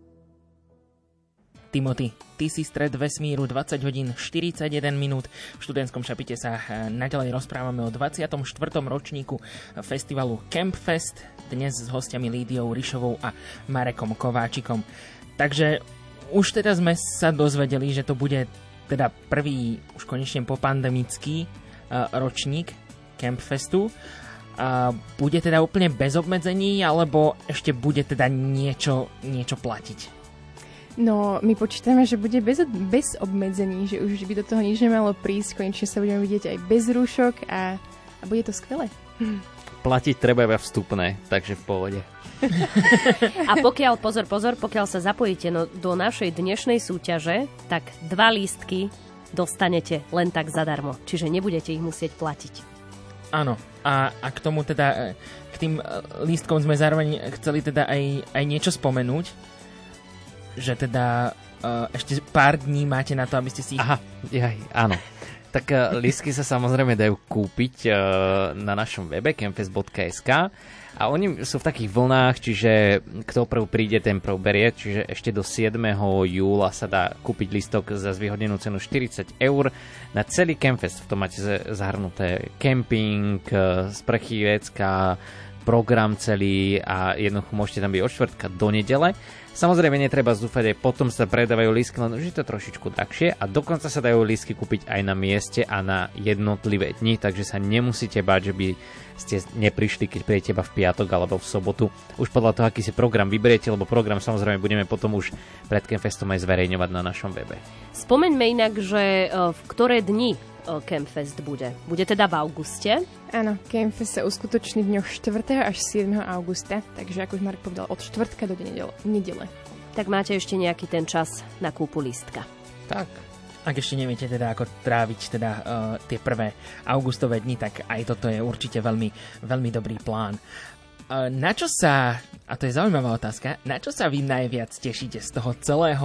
Timothy, ty si stred vesmíru, 20 hodín 41 minút. V študentskom šapite sa naďalej rozprávame o 24. ročníku festivalu Campfest, dnes s hostiami Lídiou Rišovou a Marekom Kováčikom. Takže už teda sme sa dozvedeli, že to bude teda prvý už konečne popandemický ročník Campfestu. Bude teda úplne bez obmedzení, alebo ešte bude teda niečo platiť? No, my počítame, že bude bez obmedzení, že už by do toho nič nemalo prísť, konečne sa budeme vidieť aj bez rúšok a bude to skvelé. Platiť treba iba vstupné, takže v pohode. A pokiaľ sa zapojíte do našej dnešnej súťaže, tak 2 lístky dostanete len tak zadarmo, čiže nebudete ich musieť platiť. Áno, a k tomu teda, k tým lístkom sme zároveň chceli teda aj niečo spomenúť, že teda ešte pár dní máte na to, aby ste si ich... Aha, áno. Tak lístky sa samozrejme dajú kúpiť na našom webe campfest.sk a oni sú v takých vlnách, čiže kto prv príde, ten prv berie, čiže ešte do 7. júla sa dá kúpiť lístok za zvýhodnenú cenu 40 € na celý Campfest. V tom máte zahrnuté kemping, sprchy, vecka, program celý a jednoducho môžete tam byť od štvrtka do nedele. Samozrejme, netreba zúfať, aj potom sa predávajú lístky, len už je to trošičku drahšie a dokonca sa dajú lístky kúpiť aj na mieste a na jednotlivé dni, takže sa nemusíte báť, že by ste neprišli, keď prídete iba v piatok alebo v sobotu. Už podľa toho, aký si program vyberiete, lebo program samozrejme budeme potom už pred Campfestom aj zverejňovať na našom webe. Spomeňme inak, že v ktoré dni Campfest bude? Bude teda v auguste? Áno, Campfest sa uskutoční v dňoch 4. až 7. augusta, takže ako už Marek povedal, od štvrtka do nedele. Tak máte ešte nejaký ten čas na kúpu lístka. Tak. Ak ešte neviete teda, ako tráviť teda tie prvé augustové dni, tak aj toto je určite veľmi, veľmi dobrý plán. Na čo sa, a to je zaujímavá otázka, na čo sa vy najviac tešíte z toho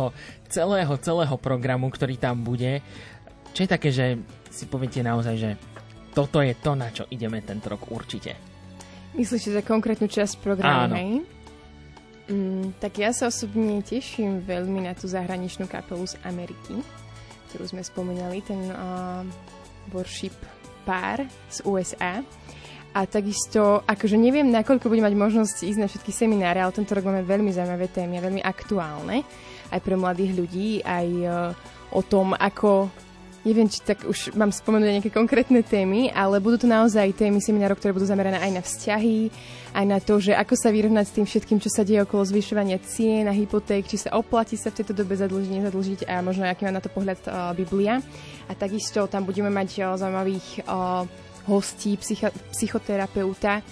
celého programu, ktorý tam bude? Čo je také, že si poviete naozaj, že toto je to, na čo ideme tento rok určite? Myslíte za konkrétnu časť programu, hej? Tak ja sa osobne teším veľmi na tú zahraničnú kapelu z Ameriky, ktorú sme spomínali, ten worship pár z USA. A takisto, akože neviem, nakoľko budem mať možnosť ísť na všetky semináre, ale tento rok máme veľmi zaujímavé témy a veľmi aktuálne, aj pre mladých ľudí, aj o tom, ako... Neviem, či tak už mám spomenúť nejaké konkrétne témy, ale budú to naozaj témy seminárov, ktoré budú zamerané aj na vzťahy, aj na to, že ako sa vyrovnať s tým všetkým, čo sa deje okolo zvyšovania cien a hypoték, či sa oplatí sa v tejto dobe zadlžiť, nezadlžiť a možno aký má na to pohľad Biblia. A takisto tam budeme mať zaujímavých hostí, psychoterapeuta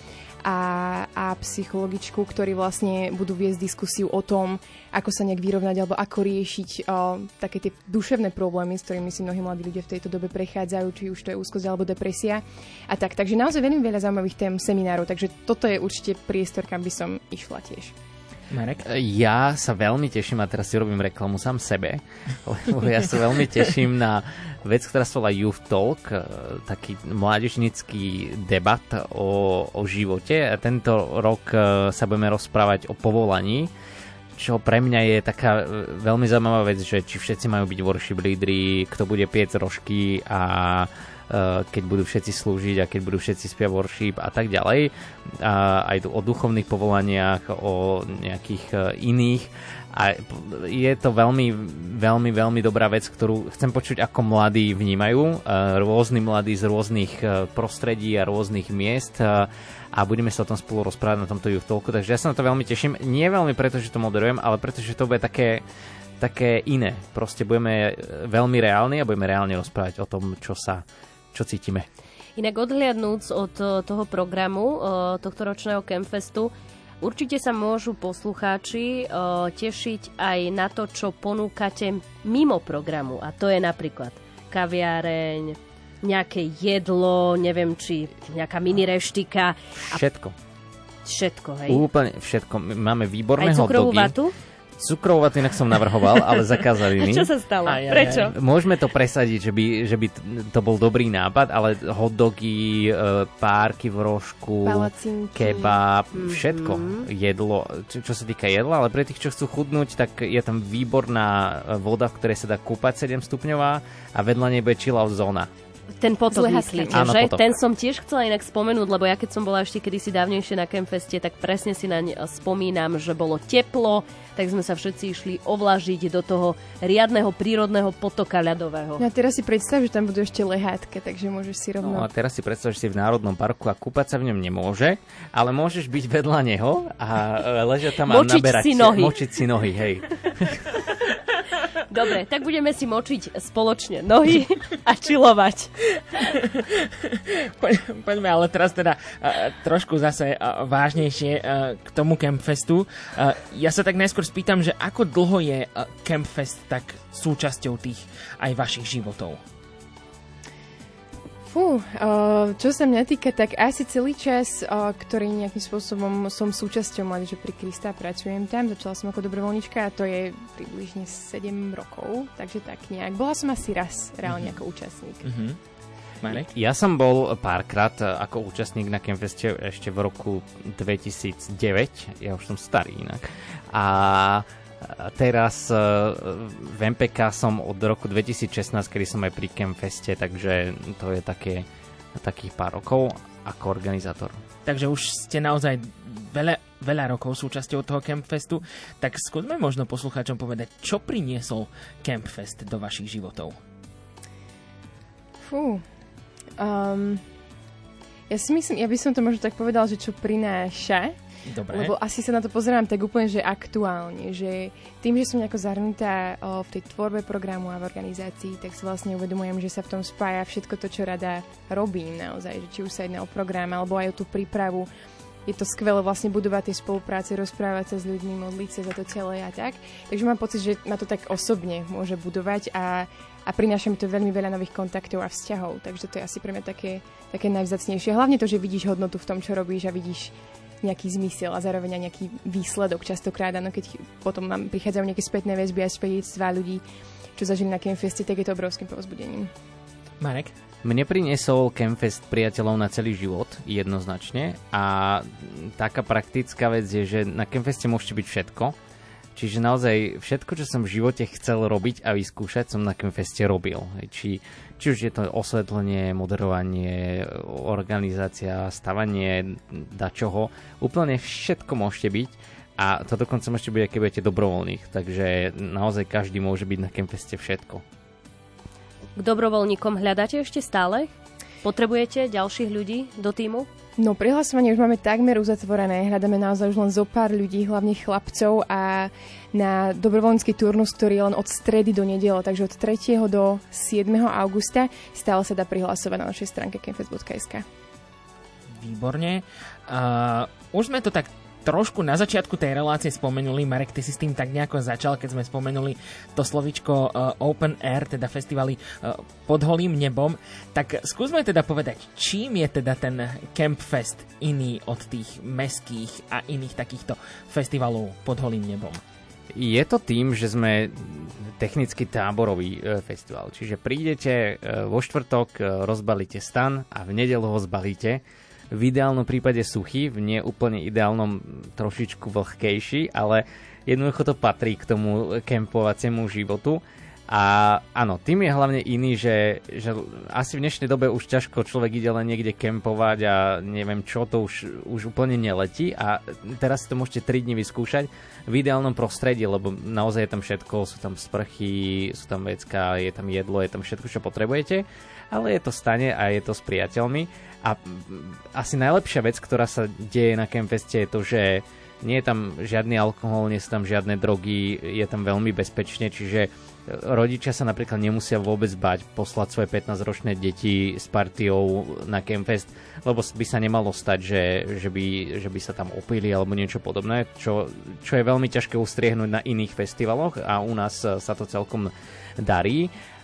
a psychologičku, ktorí vlastne budú viesť diskusiu o tom, ako sa nejak vyrovnať alebo ako riešiť také tie duševné problémy, s ktorými si mnohí mladí ľudia v tejto dobe prechádzajú, či už to je úzkosť alebo depresia. A takže naozaj veľmi veľa zaujímavých tém seminárov, takže toto je určite priestor, kam by som išla tiež. Marek? Ja sa veľmi teším, a teraz si robím reklamu sám sebe, lebo ja sa veľmi teším na vec, ktorá sa volá Youth Talk, taký mládežnický debat o živote. A tento rok sa budeme rozprávať o povolaní, čo pre mňa je taká veľmi zaujímavá vec, že či všetci majú byť worship lídri, kto bude piec rožky a keď budú všetci slúžiť a keď budú všetci spievať worship a tak ďalej. Aj o duchovných povolaniach, o nejakých iných. A je to veľmi, veľmi, veľmi dobrá vec, ktorú chcem počuť, ako mladí vnímajú. Rôzni mladí z rôznych prostredí a rôznych miest. A budeme sa o tom spolu rozprávať na tomto Youth Talku. Takže ja sa na to veľmi teším. Nie veľmi preto, že to moderujem, ale preto, že to bude také iné. Proste budeme veľmi reálni a budeme reálne rozprávať o tom, čo cítime. Inak odhliadnúc od toho programu tohto ročného Campfestu, určite sa môžu poslucháči tešiť aj na to, čo ponúkate mimo programu. A to je napríklad kaviareň, nejaké jedlo, neviem, či nejaká mini reštika. Všetko. Všetko, hej? Úplne všetko. Máme výborné hotdogy. Aj cukrovú vatu? Cukrovatú inak som navrhoval, ale zakázali mi. Čo sa stalo? Prečo? Môžeme to presadiť, že by to bol dobrý nápad, ale hotdogy, párky v rožku, palacinky, kebab, všetko jedlo, čo sa týka jedla, ale pre tých, čo chcú chudnúť, tak je tam výborná voda, v ktorej sa dá kúpať 7 stupňová a vedľa nej bude chill-out zóna. Ten potok myslíte, áno, že? Potok. Ten som tiež chcela inak spomenúť, lebo ja keď som bola ešte kedysi dávnejšie na Campfeste, tak presne si naň spomínam, že bolo teplo, tak sme sa všetci išli ovlažiť do toho riadneho prírodného potoka ľadového. No a teraz si predstav, že tam budú ešte lehátke, takže môžeš si rovno... No a teraz si predstav, že si v Národnom parku a kúpať sa v ňom nemôže, ale môžeš byť vedľa neho a ležať tam a naberať... Močiť si nohy, hej. Dobre, tak budeme si močiť spoločne nohy a čilovať. Poďme ale teraz teda trošku zase vážnejšie k tomu Campfestu. Ja sa tak najskôr spýtam, že ako dlho je Campfest tak súčasťou tých aj vašich životov? Čo sa mňa týka, tak asi celý čas, ktorý nejakým spôsobom som súčasťou Mládeže pri Krista, pracujem tam, začala som ako dobrovoľnička a to je približne 7 rokov, takže tak nejak. Bola som asi raz reálne ako účastník. Marek? Ja som bol párkrát ako účastník na Campfeste ešte v roku 2009, ja už som starý inak. A teraz v MPK som od roku 2016, kedy som aj pri Campfeste, takže to je takých pár rokov ako organizátor. Takže už ste naozaj veľa rokov súčasťou toho Campfestu, tak skúsme možno poslucháčom povedať, čo priniesol Campfest do vašich životov. Ja si myslím, ja by som to možno tak povedal, že čo prináša. Dobre. Lebo asi sa na to pozerám tak úplne, že aktuálne, že tým, že som nejako zahrnutá v tej tvorbe programu a v organizácii, tak si vlastne uvedomujem, že sa v tom spája všetko to, čo rada robím naozaj, že či už sa jedná o program, alebo aj o tú prípravu. Je to skvelé vlastne budovať tie spolupráce, rozprávať sa s ľuďmi, modliť sa za to celé a tak. Takže mám pocit, že ma to tak osobne môže budovať a prináša mi to veľmi veľa nových kontaktov a vzťahov. Takže to je asi pre mňa také najvzácnejšie. Hlavne to, že vidíš hodnotu v tom, čo robíš a vidíš nejaký zmysel a zároveň aj nejaký výsledok častokrát. Áno, keď potom nám prichádzajú nejaké spätné väzby a spätectvá ľudí, čo zažili na Campfeste, tak je to obrovským povzbudením. Marek? Mne priniesol Campfest priateľov na celý život, jednoznačne. A taká praktická vec je, že na Campfeste môžete byť všetko. Čiže naozaj všetko, čo som v živote chcel robiť a vyskúšať, som na Campfeste robil. Či už je to osvetlenie, moderovanie, organizácia, stavanie, dačoho. Úplne všetko môžete byť. A to dokonca môžete byť, keď budete dobrovoľných. Takže naozaj každý môže byť na Campfeste všetko. K dobrovoľníkom hľadáte ešte stále? Potrebujete ďalších ľudí do tímu? No, prihlasovanie už máme takmer uzatvorené. Hľadáme naozaj už len zo pár ľudí, hlavne chlapcov a na dobrovoľnícky turnus, ktorý je len od stredy do nedele, takže od 3. do 7. augusta stále sa dá prihlasovať na našej stránke campfest.sk. Výborne. Už sme to tak trošku na začiatku tej relácie spomenuli, Marek, ty si s tým tak nejako začal, keď sme spomenuli to slovíčko Open Air, teda festivaly pod holým nebom. Tak skúsme teda povedať, čím je teda ten Campfest iný od tých mestských a iných takýchto festivalov pod holým nebom? Je to tým, že sme technicky táborový festival. Čiže prídete vo štvrtok, rozbalíte stan a v nedeľu ho zbalíte. V ideálnom prípade suchý, v neúplne ideálnom trošičku vlhkejší, ale jednoducho to patrí k tomu kempovaciemu životu. A áno, tým je hlavne iný, že asi v dnešnej dobe už ťažko človek ide len niekde kempovať a neviem čo, to už úplne neletí a teraz si to môžete 3 dni vyskúšať v ideálnom prostredí, lebo naozaj je tam všetko, sú tam sprchy, sú tam vecká, je tam jedlo, je tam všetko, čo potrebujete, ale je to stane a je to s priateľmi. A asi najlepšia vec, ktorá sa deje na Campfeste je to, že nie je tam žiadny alkohol, nie sú tam žiadne drogy, je tam veľmi bezpečne, čiže rodičia sa napríklad nemusia vôbec bať poslať svoje 15-ročné deti s partiou na Campfest, lebo by sa nemalo stať, že by sa tam opili alebo niečo podobné, čo je veľmi ťažké ustriehnúť na iných festivaloch a u nás sa to celkom darí.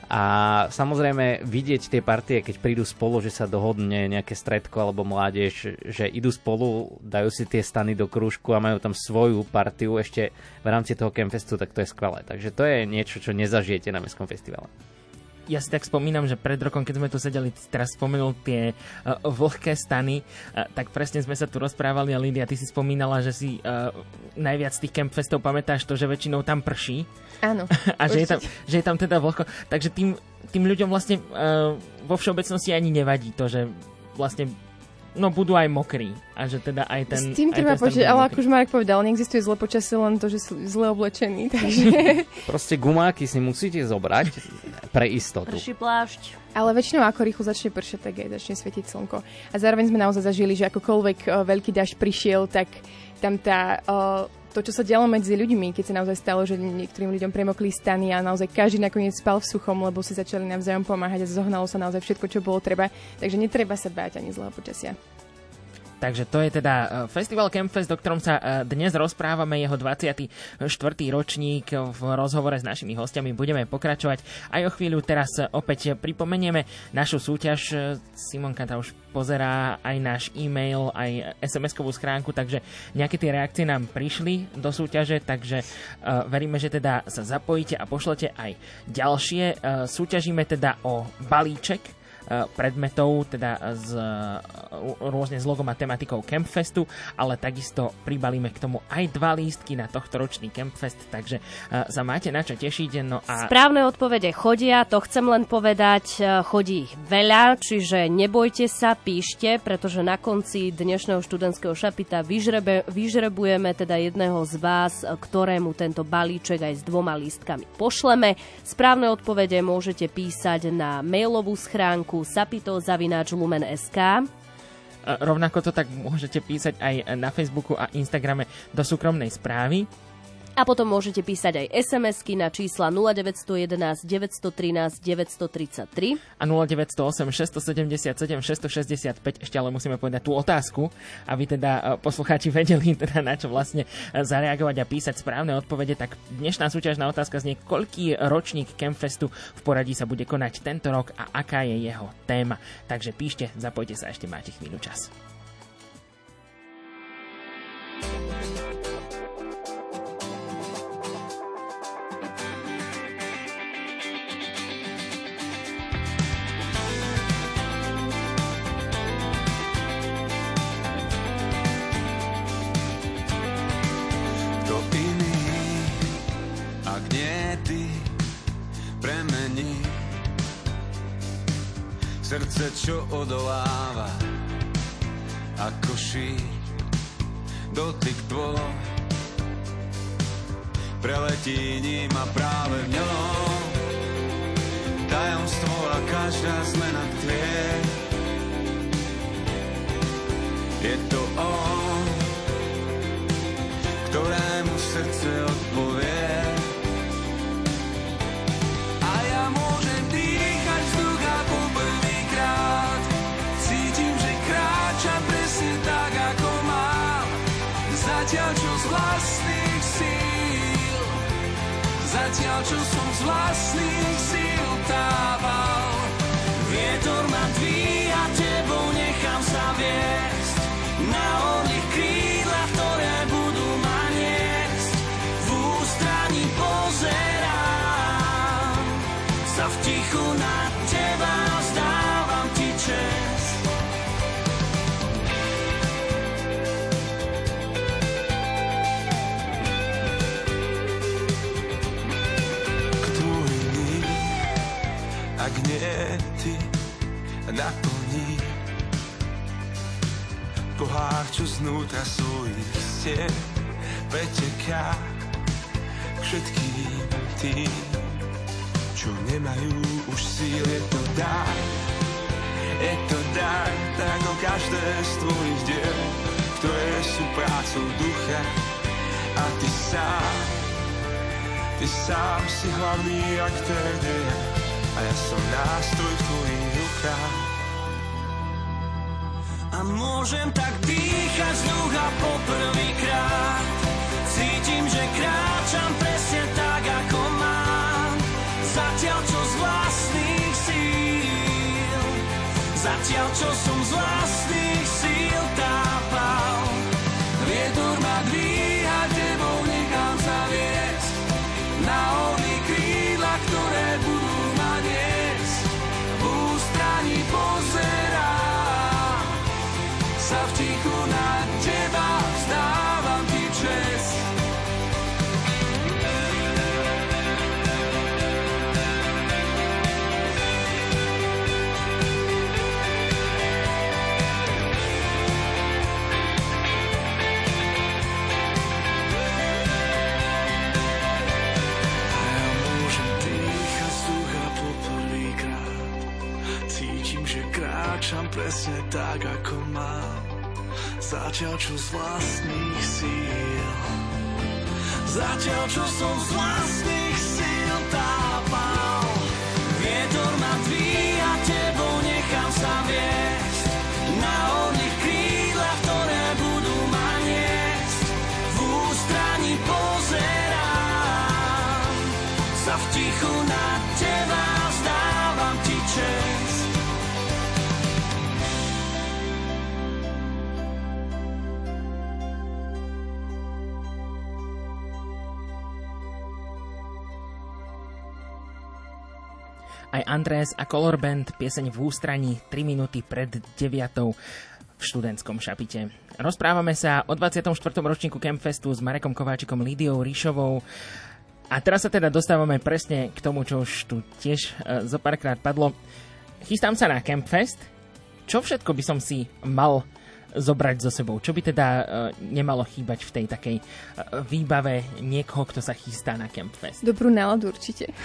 A samozrejme vidieť tie partie, keď prídu spolu, že sa dohodne nejaké stredko alebo mládež, že idú spolu, dajú si tie stany do krúžku a majú tam svoju partiu ešte v rámci toho Campfestu, tak to je skvelé. Takže to je niečo, čo nezažijete na Mestskom festivale. Ja si tak spomínam, že pred rokom, keď sme tu sedeli, teraz spomenul tie vlhké stany, tak presne sme sa tu rozprávali a Lídia, ty si spomínala, že si najviac tých Campfestov pamätáš to, že väčšinou tam prší. Áno. A že je tam teda vlhko. Takže tým ľuďom vlastne vo všeobecnosti ani nevadí to, že vlastne budú aj mokrí. A že teda aj ten... S tým treba počítať, ale ako už Marek povedal, neexistuje zle počasie, len to, že sú zle oblečení, takže... Proste gumáky si musíte zobrať pre istotu. Prší plášť. Ale väčšinou ako rýchlo začne pršať, tak aj začne svietiť slnko. A zároveň sme naozaj zažili, že akokoľvek veľký dážď prišiel, tak tam to, čo sa dialo medzi ľuďmi, keď sa naozaj stalo, že niektorým ľuďom premokli stany a naozaj každý nakoniec spal v suchom, lebo si začali navzájom pomáhať a zohnalo sa naozaj všetko, čo bolo treba. Takže netreba sa báť ani zlého počasia. Takže to je teda Festival Campfest, o ktorom sa dnes rozprávame, jeho 24. ročník. V rozhovore s našimi hostiami budeme pokračovať aj o chvíľu. Teraz opäť pripomenieme našu súťaž. Simonka tá už pozerá aj náš e-mail, aj SMS-kovú schránku, takže nejaké tie reakcie nám prišli do súťaže, takže veríme, že teda sa zapojíte a pošlete aj ďalšie. Súťažíme teda o balíček predmetov, teda rôzne s logom a tematikou Campfestu, ale takisto pribalíme k tomu aj 2 lístky na tohtoročný Campfest, takže sa máte na čo tešiť. No a... Správne odpovede chodia, to chcem len povedať, chodí ich veľa, čiže nebojte sa, píšte, pretože na konci dnešného študentského šapita vyžrebujeme teda jedného z vás, ktorému tento balíček aj s 2 lístkami pošleme. Správne odpovede môžete písať na mailovú schránku sapito@lumen.sk. Rovnako to tak môžete písať aj na Facebooku a Instagrame do súkromnej správy. A potom môžete písať aj SMS-ky na čísla 0911 913 933 a 0908 677 665. Ešte ale musíme povedať tú otázku, aby teda poslucháči vedeli, teda na čo vlastne zareagovať a písať správne odpovede. Tak dnešná súťažná otázka znie, koľký ročník Campfestu v poradí sa bude konať tento rok a aká je jeho téma. Takže píšte, zapojte sa, ešte máte chvíľu čas. Srdce, čo odoláva ako šíp, dotyk tvoj preletí ním a práve v ňom tajomstvo a každá zmena tvie. Je to on, ktorému srdce odpovie. A ja môžem dýchať vzduch a poprvýkrát cítim, že kráčam presne tak, ako mám. Zatiaľ, čo z vlastných síl, zatiaľ, čo som z vlastných síl tával. Vietor ma dvíha, tebou nechám sa viesť na oných krídlach, ktoré budú ma niesť. V ústraní pozerám sa v tichu na teba a vzdávam ti česť. Kto iný, ak nie ty, naplní pohár, čo znútra svojich stien preteká k všetkým tým, čo nemajú už síl. Je to dar, tak o každé z tvojich diel, ktoré sú prácou ducha. A ty sám si hlavný aktér deja, a ja som nástroj v tvojich rukách. A môžem tak dýchať vzduch a poprvýkrát cítim, že kráčam presne tak, ako mám. Zatiaľ, čo z vás Zatiaľ, čo som z vlastných síl tápal. Vietor ma dvíha, tebou nechám sa viesť na oných krídlach, ktoré budú ma niesť. V ústraní pozerám, sa v tichu na teba vzdávam ti česť. Kráčam presne tak, ako mám, zatiaľ čo z vlastných síl. Zatiaľ čo som z vlastných síl tápal. Vietor ma dvíha, tebou nechám sa viesť na oných krídlach, ktoré budú ma niesť. V ústraní pozerám, sa v tichu na teba vzdávam ti česť. Aj Andrés a Color Band, pieseň v ústraní 3 minúty pred 9 v študentskom Šapite. Rozprávame sa o 24. ročníku Campfestu s Marekom Kováčikom, Lídiou Ríšovou. A teraz sa teda dostávame presne k tomu, čo už tu tiež zo párkrát padlo. Chystám sa na Campfest. Čo všetko by som si mal zobrať so sebou? Čo by teda nemalo chýbať v tej takej výbave niekoho, kto sa chystá na Campfest? Dobrú náladu určite.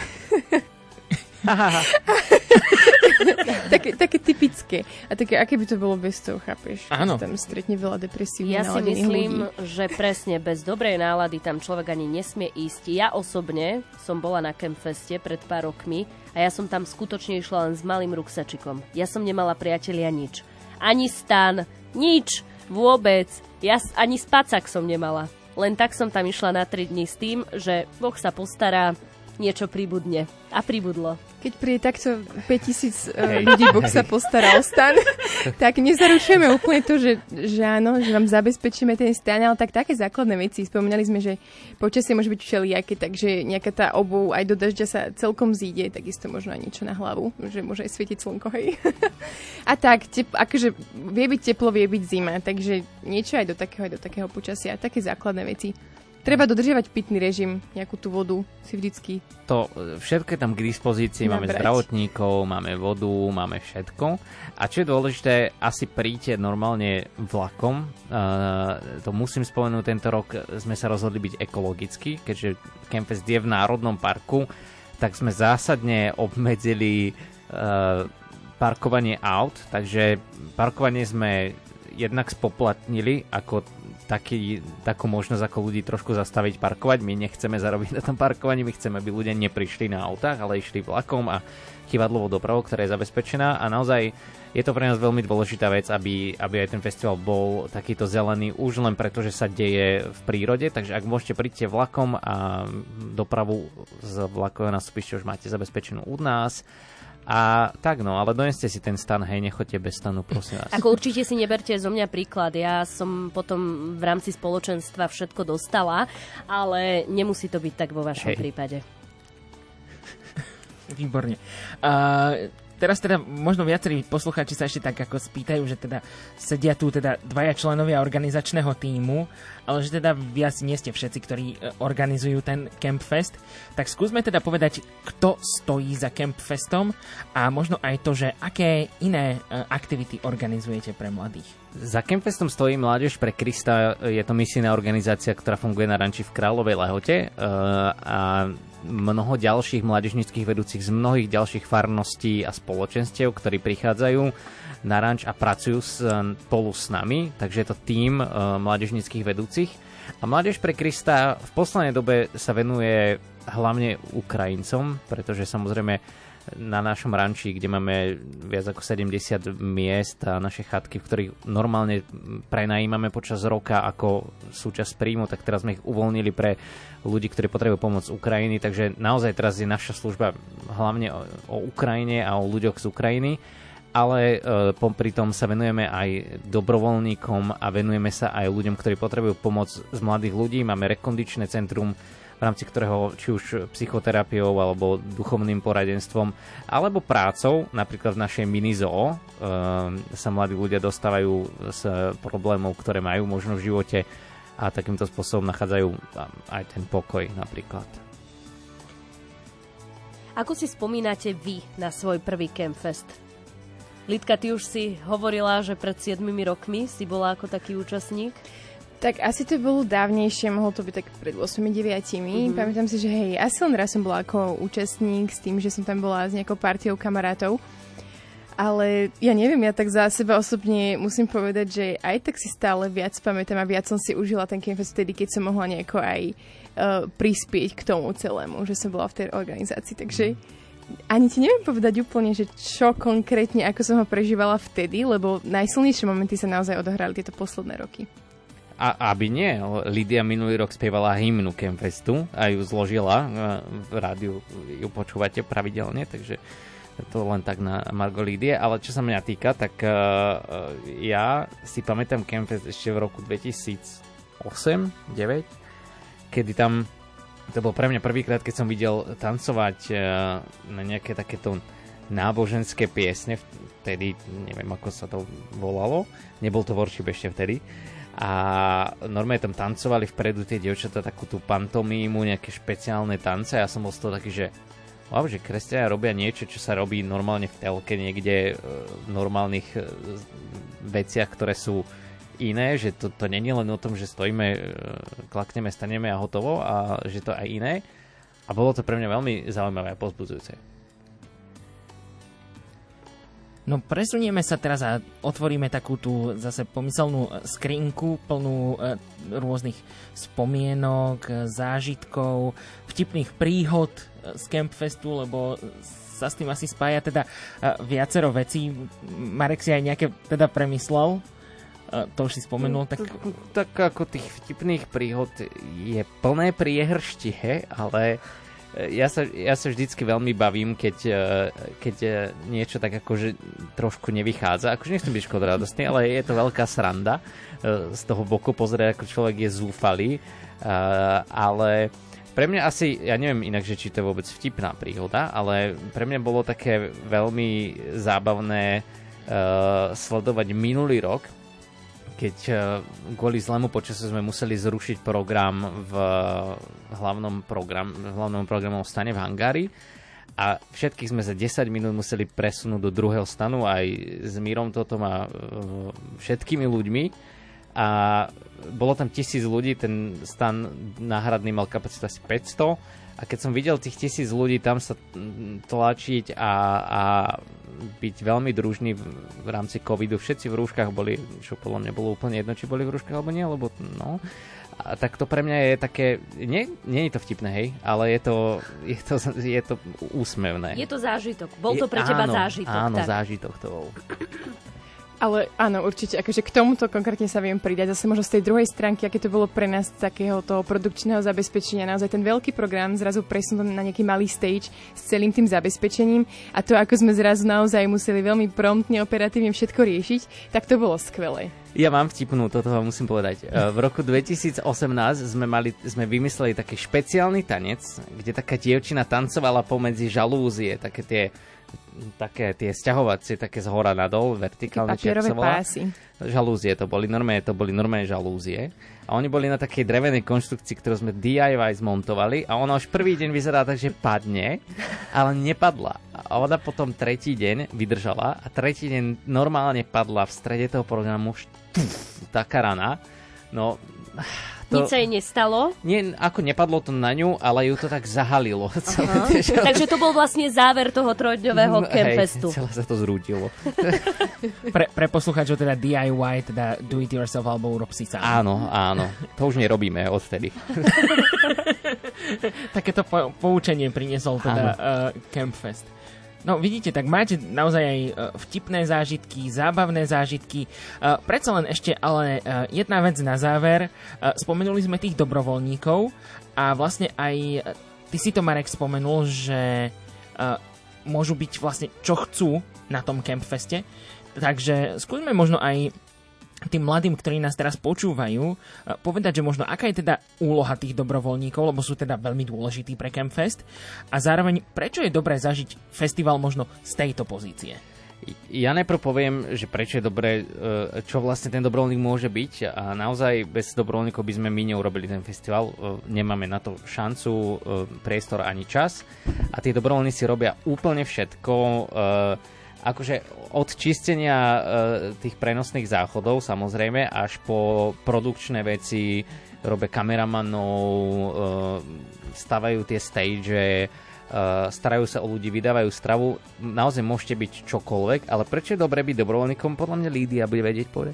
také typické. A také, aké by to bolo bez toho, chápeš? Áno. Tam stretne veľa depresívnych Ja si myslím, ľudí. že presne bez dobrej nálady tam človek ani nesmie ísť. Ja osobne som bola na Campfeste pred pár rokmi a ja som tam skutočne išla len s malým ruksačikom. Ja som nemala priatelia nič. Ani stan, nič, vôbec. Ja ani spacák som nemala. Len tak som tam išla na 3 dni s tým, že Boh sa postará, niečo pribudne. A pribudlo. Keď príde takto 5000 ľudí, Boh sa postará o stan, tak nezaručujeme úplne to, že áno, že vám zabezpečíme ten stan, ale tak také základné veci. Spomínali sme, že počasie môže byť všelijaké, takže nejaká tá obuv aj do dažďa sa celkom zíde, takisto možno aj niečo na hlavu, že môže aj svietiť slnko, hej. A tak, akože vie byť teplo, vie byť zima, takže niečo aj do takého počasia, také základné veci. Treba dodržiavať pitný režim, nejakú tú vodu si vždycky. To všetko je tam k dispozícii, máme zdravotníkov, máme vodu, máme všetko. A čo je dôležité, asi príďte normálne vlakom. To musím spomenúť, tento rok sme sa rozhodli byť ekologický, keďže Campfest je v Národnom parku, tak sme zásadne obmedzili parkovanie aut, takže parkovanie sme jednak spoplatnili ako takú možnosť ako ľudí trošku zastaviť parkovať. My nechceme zarobiť na tom parkovaní, my chceme, aby ľudia neprišli na autách, ale išli vlakom a chýbadlovou dopravou, ktorá je zabezpečená. A naozaj je to pre nás veľmi dôležitá vec, aby aj ten festival bol takýto zelený už len preto, že sa deje v prírode. Takže ak môžete, príďte vlakom a dopravu z vlakového nástupišťa už máte zabezpečenú u nás. A tak no, ale doneste si ten stan, hej, nechoďte bez stanu, prosím vás. Ako určite si neberte zo mňa príklad, ja som potom v rámci spoločenstva všetko dostala, ale nemusí to byť tak vo vašom prípade. Výborne. Teraz teda možno viacerí poslucháči sa ešte tak ako spýtajú, že teda sedia tu teda 2 členovia organizačného tímu, ale že teda vy asi nie ste všetci, ktorí organizujú ten Campfest. Tak skúsme teda povedať, kto stojí za Campfestom a možno aj to, že aké iné aktivity organizujete pre mladých. Za Campfestom stojí Mládež pre Krista, je to misijná organizácia, ktorá funguje na ranči v Kráľovej Lehote a mnoho ďalších mládežníckych vedúcich z mnohých ďalších farností a spoločenstiev, ktorí prichádzajú na ranč a pracujú spolu s nami, takže je to tím mládežníckych vedúcich. A Mládež pre Krista v poslednej dobe sa venuje hlavne Ukrajincom, pretože samozrejme na našom ranči, kde máme viac ako 70 miest a naše chatky, v ktorých normálne prenajímame počas roka ako súčasť príjmu, tak teraz sme ich uvoľnili pre ľudí, ktorí potrebujú pomoc Ukrajiny, takže naozaj teraz je naša služba hlavne o Ukrajine a o ľuďoch z Ukrajiny. ale popri tom sa venujeme aj dobrovoľníkom a venujeme sa aj ľuďom, ktorí potrebujú pomoc z mladých ľudí. Máme rekondičné centrum, v rámci ktorého či už psychoterapiou alebo duchovným poradenstvom alebo prácou, napríklad v našej minizoo sa mladí ľudia dostávajú z problémov, ktoré majú možno v živote a takýmto spôsobom nachádzajú aj ten pokoj napríklad. Ako si spomínate vy na svoj prvý Campfest? Lidka, ty už si hovorila, že pred 7 rokmi si bola ako taký účastník. Tak asi to bolo dávnejšie, mohlo to byť tak pred 8-9. Pamätám si, že hej, asi len raz som bola ako účastník s tým, že som tam bola s nejakou partiou kamarátov. Ale ja neviem, ja tak za seba osobne musím povedať, že aj tak si stále viac pamätám a viac som si užila ten Campfest vtedy, keď som mohla nejako aj prispieť k tomu celému, že som bola v tej organizácii. Takže ani ti neviem povedať úplne, že čo konkrétne, ako som ho prežívala vtedy, lebo najsilnejšie momenty sa naozaj odohrali tieto posledné roky. A aby nie, Lídia minulý rok spievala hymnu Campfestu a ju zložila, v rádiu ju počúvate pravidelne, takže to len tak na margo Lídie, ale čo sa mňa týka, tak ja si pamätám Campfest ešte v roku 2008-2009, kedy tam, to bol pre mňa prvýkrát, keď som videl tancovať na nejaké takéto náboženské piesne, vtedy, neviem ako sa to volalo, nebol to worship ešte vtedy, a normálne tam tancovali vpredu tie dievčatá takú tú pantomímu, nejaké špeciálne tance a ja som bol z toho taký, že wow, že kresťania robia niečo, čo sa robí normálne v telke niekde v normálnych veciach, ktoré sú iné, že to nie je len o tom, že stojíme, klakneme, staneme a hotovo, a že to aj iné. A bolo to pre mňa veľmi zaujímavé a povzbudzujúce. No presunieme sa teraz a otvoríme takú tú zase pomyselnú skrinku plnú rôznych spomienok, zážitkov, vtipných príhod z Campfestu, lebo sa s tým asi spája teda viacero vecí. Marek si aj nejaké teda premyslel? To už si spomenul. Tak ako tých vtipných príhod je plné priehrštie, ale ja sa vždycky veľmi bavím, keď niečo tak akože trošku nevychádza. Akože nechcem byť škodoradostný, ale je to veľká sranda z toho boku pozrieť, ako človek je zúfalý. Ale pre mňa asi, ja neviem inak, že či to je vôbec vtipná príhoda, ale pre mňa bolo také veľmi zábavné sledovať minulý rok, keď kvôli zlému počasu sme museli zrušiť program v hlavnom programovom stane v hangári a všetkých sme za 10 minút museli presunúť do druhého stanu aj s Mírom Totom a všetkými ľuďmi a bolo tam 1000 ľudí, ten stan náhradný mal kapacitu asi 500 a keď som videl tých 1000 ľudí tam sa tlačiť a byť veľmi družný v rámci covidu. Všetci v rúškach boli, čo podľa mňa bolo úplne jedno, či boli v rúškach alebo nie, lebo no. A tak to pre mňa je také, nie je to vtipné, hej, ale je to úsmevné. Je to zážitok. Bol to pre teba zážitok. Áno, tak. zážitok to bol. Ale áno, určite, akože k tomuto konkrétne sa viem pridať. Zase možno z tej druhej stránky, aké to bolo pre nás takého toho produkčného zabezpečenia. Naozaj ten veľký program zrazu presunul na nejaký malý stage s celým tým zabezpečením a to, ako sme zrazu naozaj museli veľmi promptne, operatívne všetko riešiť, tak to bolo skvelé. Ja mám vtipnú, toto vám musím povedať. V roku 2018 sme vymysleli taký špeciálny tanec, kde taká dievčina tancovala pomedzi žalúzie, také tie sťahovacie, také zhora nadol, vertikálne, papierové pásy. Žalúzie to boli normálne žalúzie. A oni boli na takej drevenej konštrukcii, ktorú sme DIY zmontovali a ona už prvý deň vyzerá tak, že padne, ale nepadla. A ona potom tretí deň vydržala a tretí deň normálne padla v strede toho programu, taká rana. No... Nič sa jej nestalo? Nie, ako nepadlo to na ňu, ale ju to tak zahalilo. Takže to bol vlastne záver toho trojdňového Campfestu. Celé sa to zrútilo. Pre poslucháčov teda DIY, teda do it yourself alebo urob si sám. Áno. To už nerobíme odtedy. Takéto poučenie priniesol teda Campfest. No vidíte, tak máte naozaj aj vtipné zážitky, zábavné zážitky. Predsa len ešte ale jedna vec na záver. Spomenuli sme tých dobrovoľníkov a vlastne aj ty si to, Marek, spomenul, že môžu byť vlastne čo chcú na tom Campfeste. Takže skúsme možno aj tým mladým, ktorí nás teraz počúvajú, povedať, že možno aká je teda úloha tých dobrovoľníkov, lebo sú teda veľmi dôležití pre Campfest a zároveň prečo je dobré zažiť festival možno z tejto pozície. Ja najprv poviem, že prečo je dobré, čo vlastne ten dobrovoľník môže byť a naozaj bez dobrovoľníkov by sme my neurobili ten festival, nemáme na to šancu, priestor ani čas a tí dobrovoľníci robia úplne všetko, akože od čistenia tých prenosných záchodov samozrejme až po produkčné veci, robia kameramanov, stavajú tie stage, starajú sa o ľudí, vydávajú stravu. Naozaj môžete byť čokoľvek, ale prečo je dobré byť dobrovoľníkom? Podľa mňa Lídia bude vedieť povedať.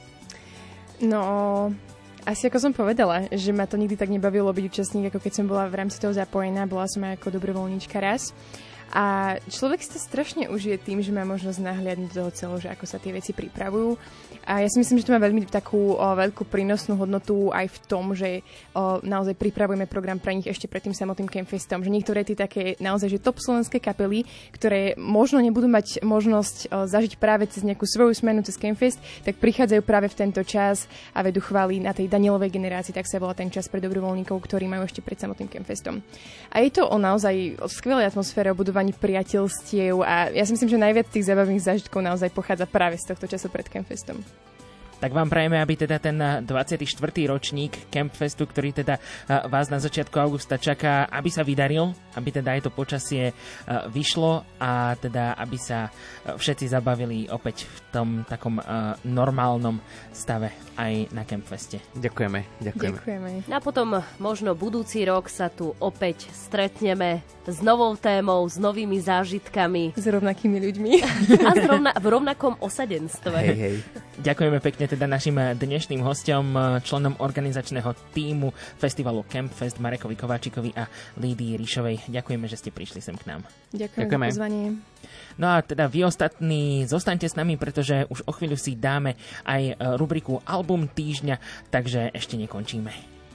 No, asi ako som povedala, že ma to nikdy tak nebavilo byť účastník, ako keď som bola v rámci toho zapojená. Bola som aj ako dobrovoľníčka raz. A človek si to strašne užije tým, že má možnosť nahliadnúť do toho celého, že ako sa tie veci pripravujú. A ja si myslím, že to má veľmi takú veľkú prínosnú hodnotu aj v tom, že naozaj pripravujeme program pre nich ešte pred tým samotným Campfestom. Že niektoré tie také naozaj že top slovenské kapely, ktoré možno nebudú mať možnosť zažiť práve cez nejakú svoju smenu cez Campfest, tak prichádzajú práve v tento čas a vedú chvály na tej Danielovej generácii, tak sa volá ten čas pre dobrovoľníkov, ktorí majú ešte pred samotným Campfestom. A je to o naozaj skvelej atmosfére, o budovaní priateľstiev a ja si myslím, že najviac tých zábavných zážitkov naozaj pochádza práve z tohto času pred Campfestom. Tak vám prajeme, aby teda ten 24. ročník Campfestu, ktorý teda vás na začiatku augusta čaká, aby sa vydaril, aby teda aj to počasie vyšlo a teda aby sa všetci zabavili opäť v tom takom normálnom stave aj na Campfeste. Ďakujeme. A potom možno budúci rok sa tu opäť stretneme s novou témou, s novými zážitkami. S rovnakými ľuďmi. A v rovnakom osadenstve. Hej. Ďakujeme pekne teda našim dnešným hosťom, členom organizačného tímu festivalu Campfest Marekovi Kováčikovi a Lídii Ríšovej. Ďakujeme, že ste prišli sem k nám. Ďakujeme za pozvanie. No a teda vy ostatní zostaňte s nami, pretože už o chvíľu si dáme aj rubriku Album týždňa, takže ešte nekončíme.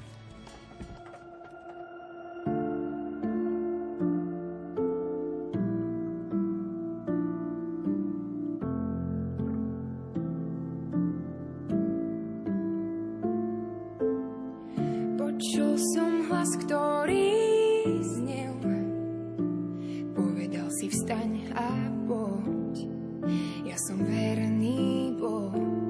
Počul som hlas, ktorý znel, povedal si vstaň a poď, ja som verný Boh,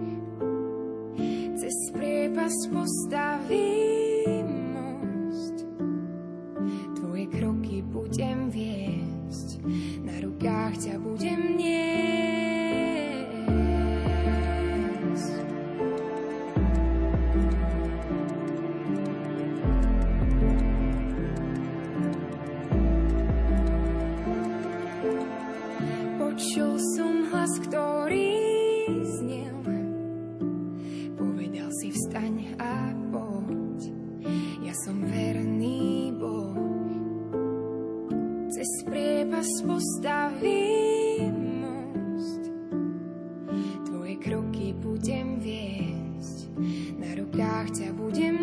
cez priepas postavím most, tvoje kroky budem viesť, na rukách ťa budem niesť. Počul som hlas, ktorý znel, povedal si vstaň a poď, ja som verný Boh, cez priepas postavím most, tvoje kroky budem viesť, na rukách ťa budem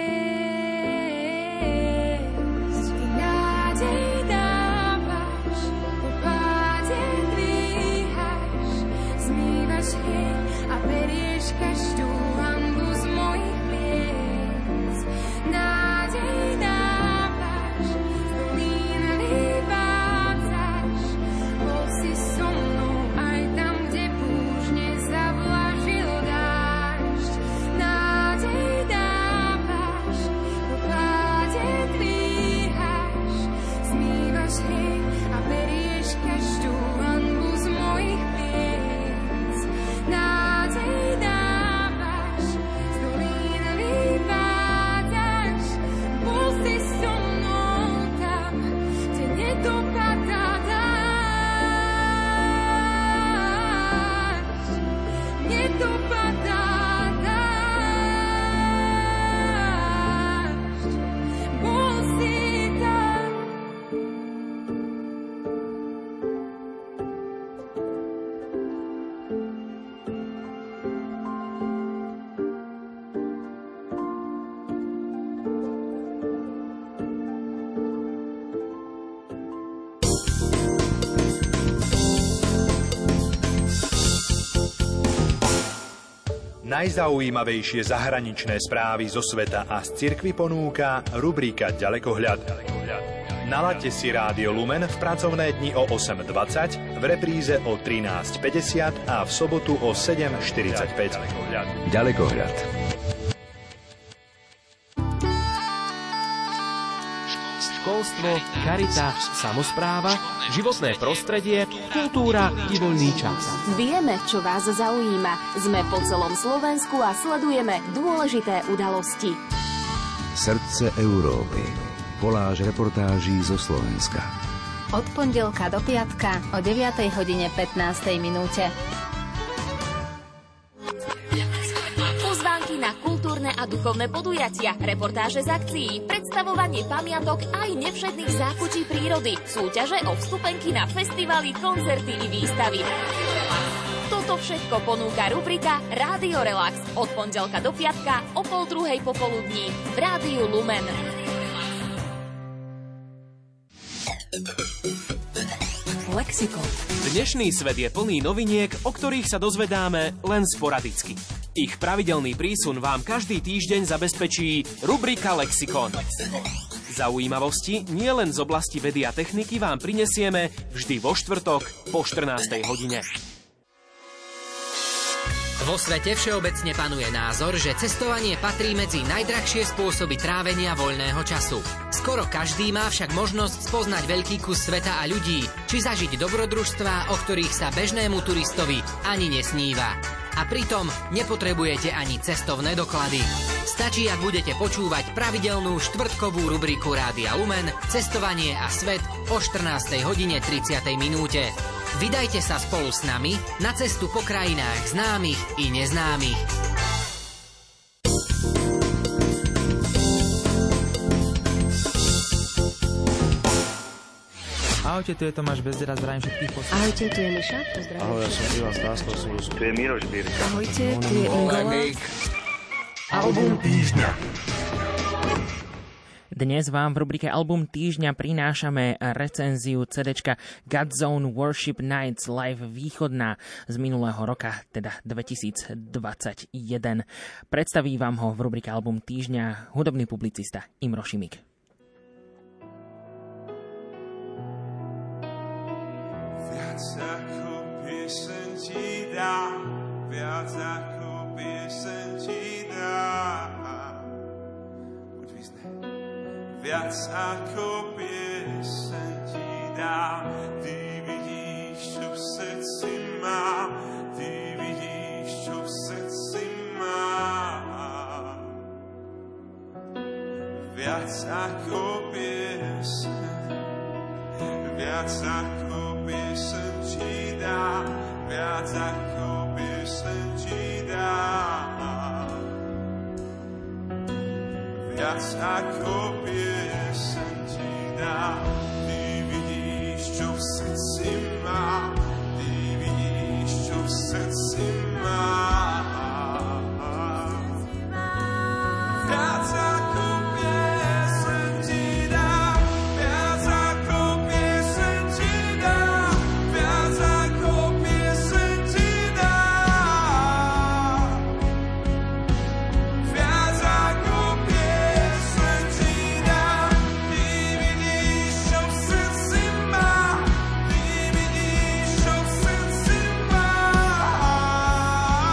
niesť. Ty nádej dávaš, po páde dvíhaš, zmývaš hneď a berieš každú hanbu z mojich pliec. Nádej dávaš, z dolín vyvádzaš, bol si so mnou aj tam, kde búžne zavlažil dážď. Nádej dávaš, Najzaujímavejšie zahraničné správy zo sveta a z cirkvi ponúka rubrika Ďalekohľad. Nalaďte si Rádio Lumen v pracovné dni o 8:20, v repríze o 13:50 a v sobotu o 7:45. Ďalekohľad. Školstvo, charita, samospráva, životné prostredie, kultúra i voľný čas. Vieme, čo vás zaujíma. Sme po celom Slovensku a sledujeme dôležité udalosti. Srdce Európy. Koláž reportáží zo Slovenska. Od pondelka do piatka o 9:15 minúte. Pozvánky na kultúrne a duchovné podujatia, reportáže z akcií, predstavovanie pamiatok aj nevšetných zákutí prírody, súťaže o vstupenky na festivaly, koncerty i výstavy. Toto všetko ponúka rubrika Rádio Relax od pondelka do piatka o 12:30 popoludní v Rádiu Lumen. Lexikon. Dnešný svet je plný noviniek, o ktorých sa dozvedáme len sporadicky. Ich pravidelný prísun vám každý týždeň zabezpečí rubrika Lexikon. Zaujímavosti nielen z oblasti vedy a techniky vám prinesieme vždy vo štvrtok po 14:00 hodine. Vo svete všeobecne panuje názor, že cestovanie patrí medzi najdrahšie spôsoby trávenia voľného času. Skoro každý má však možnosť spoznať veľký kus sveta a ľudí, či zažiť dobrodružstvá, o ktorých sa bežnému turistovi ani nesníva. A pritom nepotrebujete ani cestovné doklady. Stačí, ak budete počúvať pravidelnú štvrtkovú rubriku Rádia Lumen Cestovanie a svet o 14:30 minúte. Vydajte sa spolu s nami na cestu po krajinách známych i neznámych. Ahojte, tu je Tomáš Bezdera, zdravím všetkých poslucháčov. Ahojte, tu je Miša, pozdravím. Ahoj, ja som Ivan Stásko, tu je Miroš Birka. Ahojte, tu je Ingola. Album týždňa. Dnes vám v rubrike Album týždňa prinášame recenziu CDčka Godzone Worship Nights Live Východná z minulého roka, teda 2021. Predstaví vám ho v rubrike Album týždňa hudobný publicista Imro Šimik. Viac ako pieseň ti dám, viac ako pieseň ti dám. Viac ako pieseň ti dám, ty vidíš, čo v srdci mám, ty vidíš, čo v srdci mám. Viac ako pieseň, viac ako pieseň ti dám, viac ako pieseň ti dám. Viac ako pieseň ti dám, ty vidíš, čo v srdci mám, ty vidíš, čo v srdci mám. Viac ako pieseň ti dám, viac ako pieseň ti dám, viac ako pieseň ti dám. Viac ako pieseň ti dám, ty vidíš, čo v srdci mám, ty vidíš, čo v srdci mám.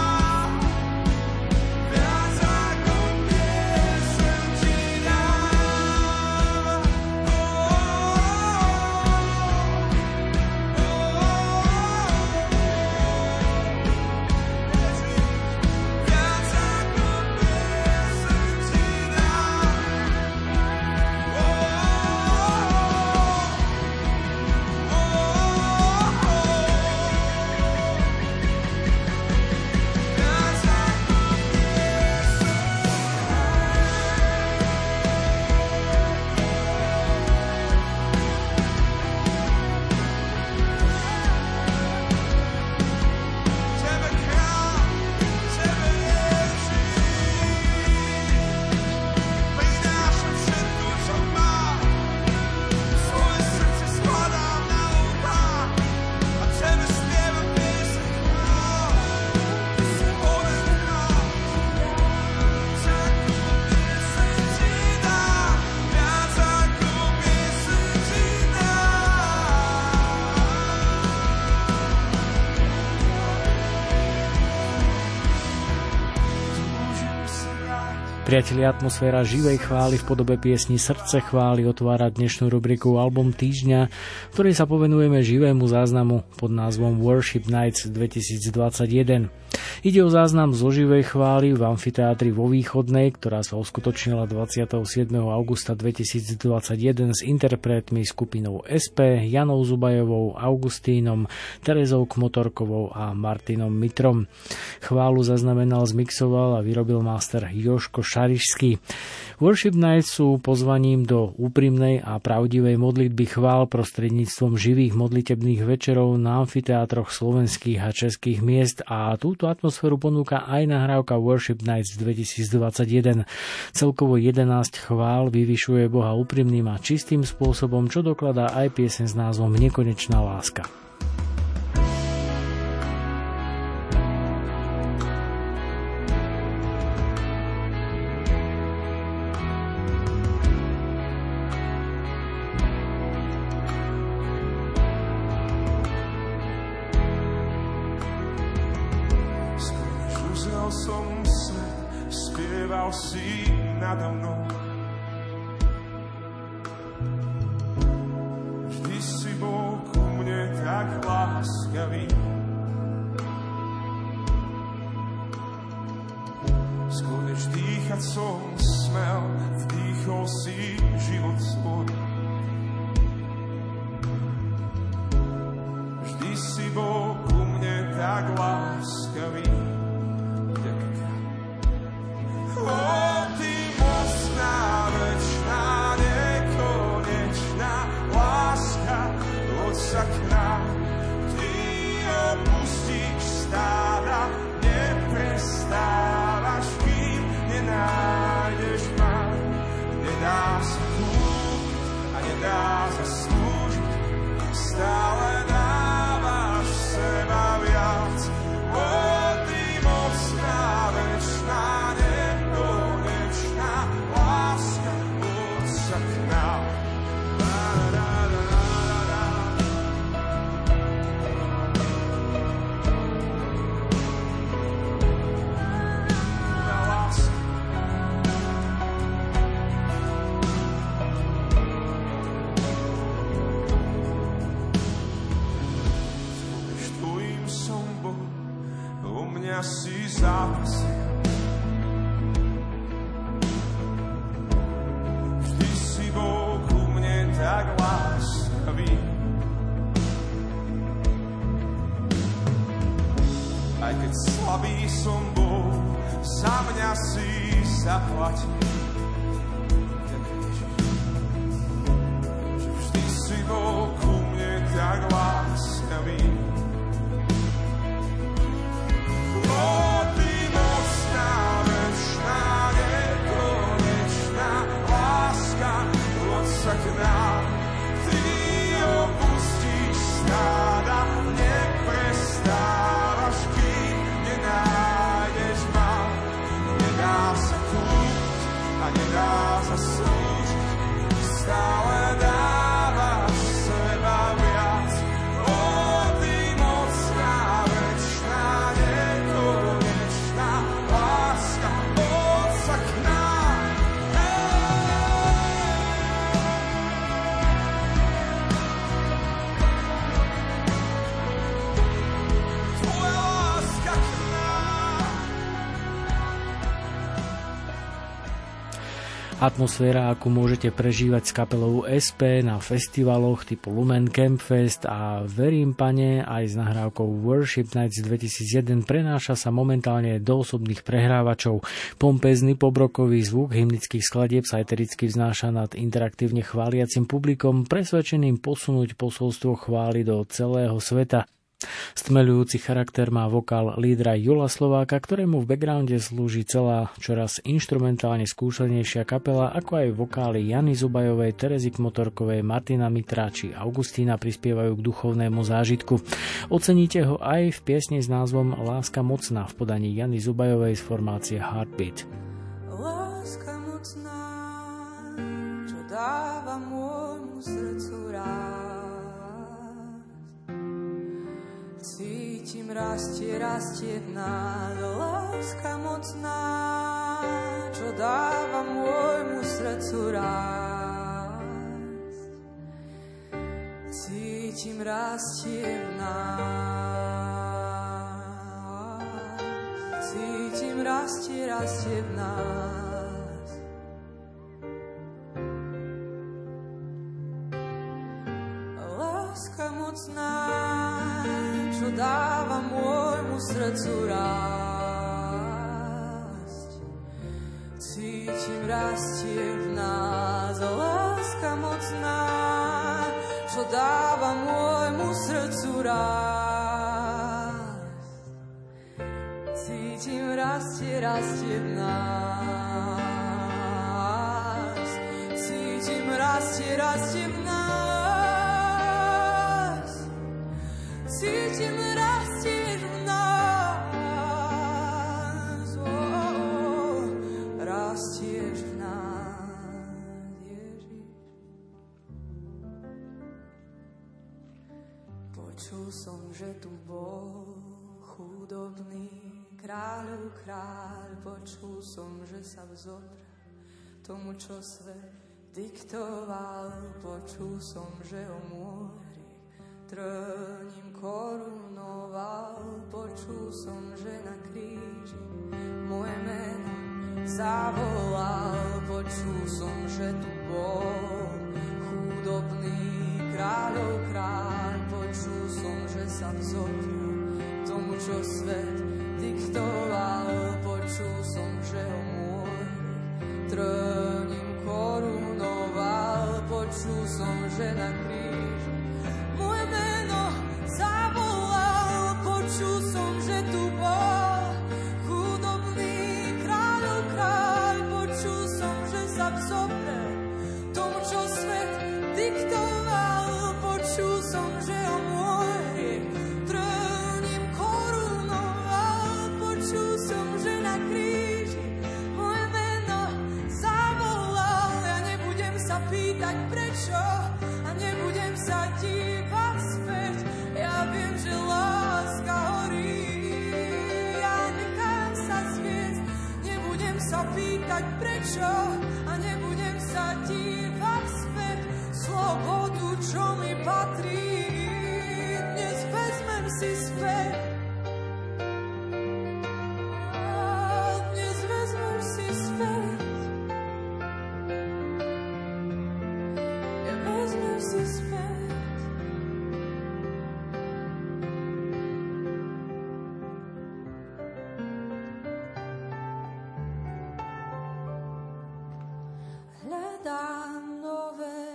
Priatelia, atmosféra živej chvály v podobe piesni Srdce chvály otvára dnešnú rubriku Album týždňa, v ktorej sa povenujeme živému záznamu pod názvom Worship Nights 2021. Ide o záznam zo živej chvály v amfiteátri vo Východnej, ktorá sa uskutočnila 27. augusta 2021 s interpretmi skupinou SP, Janou Zubajovou, Augustínom, Terezou Kmotorkovou a Martinom Mitrom. Chválu zaznamenal, zmixoval a vyrobil master Jožko Šarišský. Worship Nights sú pozvaním do úprimnej a pravdivej modlitby chvál prostredníctvom živých modlitebných večerov na amfiteátroch slovenských a českých miest a túto atmosféru ponúka aj nahrávka Worship Nights 2021. Celkovo 11 chvál vyvyšuje Boha úprimným a čistým spôsobom, čo dokladá aj pieseň s názvom Nekonečná láska. Atmosféra, akú môžete prežívať s kapelou SP na festivaloch typu Lumen Campfest a Verím Pane aj s nahrávkou Worship Nights 2001 prenáša sa momentálne do osobných prehrávačov. Pompezný pobrokový zvuk hymnických skladieb sa etericky vznáša nad interaktívne chváliacim publikom, presvedčeným posunúť posolstvo chvály do celého sveta. Stmeľujúci charakter má vokál lídra Jula Slováka, ktorému v backgrounde slúži celá čoraz inštrumentálne skúšanejšia kapela, ako aj vokály Jany Zubajovej, Terezy Kmotorkovej, Martina Mitra či Augustína prispievajú k duchovnému zážitku. Oceníte ho aj v piesni s názvom Láska mocná v podaní Jany Zubajovej z formácie Heartbeat. Láska mocná, čo dáva môjmu srdcu rád. Cítim rastie v nás láska mocná, čo čo dáva môjmu srdcu rásť. Cítim rastie v nás. Cítim rastie v nás. Láska mocná, čo dáva môjmu srdcu rásť. Cítim rastie v nás. Láska mocná, čo dáva môjmu srdcu rásť. Cítim rastie v nás. Cítim rastie v nás. Cítim rastie v nás. Rastieš v nás, Ježiš. Počul som, že tu bol chudobný kráľov kráľ. Počul som, že sa vzobral tomu, čo svet diktoval. Počul som, že ho môj trním korunoval. Počul som, že na kríži moje meno zavolal. Počul som, že tu bol chudobný kráľov kráľ. Počul som, že sa vzobral tomu, čo svet diktoval. Počul som, že ho môj trním korunoval. Počul som, že na kríži moje meno zavolal. Počul som, že tu bol chudobný kráľov kráľ. Počul som, že sa vzobral tomu, čo svet diktoval. Počul som, že ho môj trním korunoval. Počul som, že na kríži moje meno zavolal. Ja nebudem sa pýtať prečo a nebudem sa dívať späť. Ja viem, že láska horí. Ja nechám sa zviesť. Nebudem sa pýtať prečo a nebudem sa dívať späť. Slobodu, čo mi patrí, dnes vezmem si späť. Dnes vezmem si späť. Ja vezmem si späť. Hľadám nové,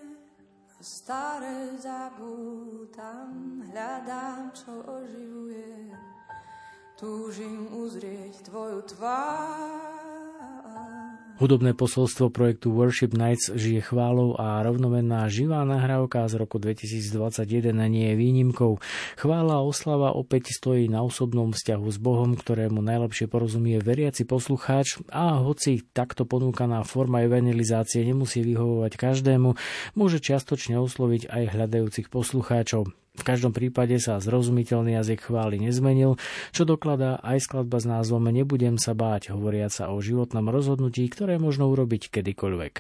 staré zabúdam. Hľadám, čo oživuje. Túžim uzrieť tvoju tvár. Hudobné posolstvo projektu Worship Nights žije chválou a rovnomenná živá nahrávka z roku 2021 nie je výnimkou. Chvála a oslava opäť stojí na osobnom vzťahu s Bohom, ktorému najlepšie porozumie veriaci poslucháč, a hoci takto ponúkaná forma evangelizácie nemusí vyhovovať každému, môže čiastočne osloviť aj hľadajúcich poslucháčov. V každom prípade sa zrozumiteľný jazyk chvály nezmenil, čo dokladá aj skladba s názvom Nebudem sa báť, hovoriaca o životnom rozhodnutí, ktoré možno urobiť kedykoľvek.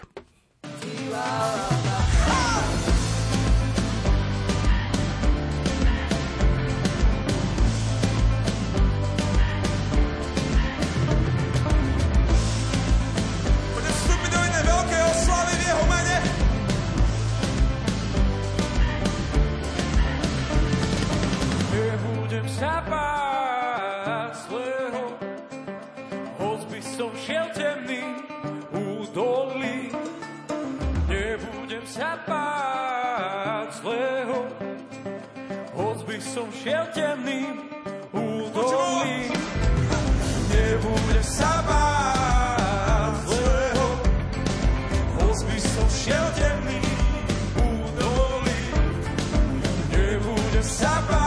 Sa báť zlého, hoď by som šiel temným údolí. Nebudem sa báť zlého, hoď by som šiel temným údolí. Nebudem sa báť zlého, hoď by som šiel temným údolí. Nebudem sa báť.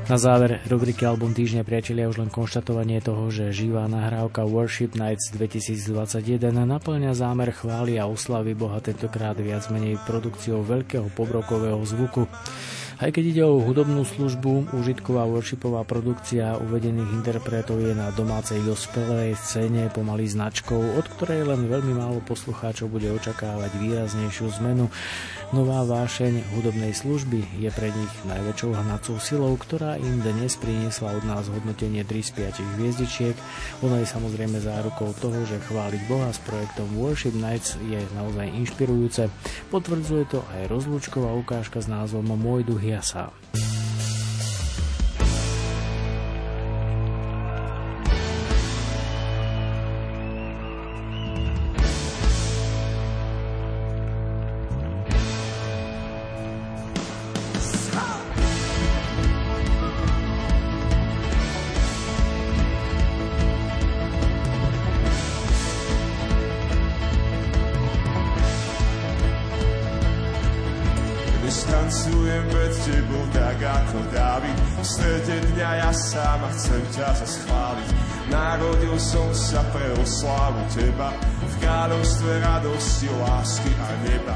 Na záver rubriky Album týždňa, priatelia, už len konštatovanie toho, že živá nahrávka Worship Nights 2021 naplňa zámer chvály a oslavy Boha, tentokrát viac menej produkciou veľkého pobrokového zvuku. Aj keď ide o hudobnú službu, užitková worshipová produkcia uvedených interpretov je na domácej gospelej scéne pomaly značkou, od ktorej len veľmi málo poslucháčov bude očakávať výraznejšiu zmenu. Nová vášeň hudobnej služby je pre nich najväčšou hnacou silou, ktorá im dnes priniesla od nás hodnotenie 3 z 5 hviezdičiek. Ono je samozrejme zárukou toho, že chváliť Boha s projektom Worship Nights je naozaj inšpirujúce. Potvrdzuje to aj rozlúčková ukážka s názvom Môj duch ja sám. Stancujem pred tebou tak ako Dávid. V strede dňa ja sám a chcem ťa zaschváliť. Narodil som sa pre oslávu teba v kráľovstve radosti, lásky a neba.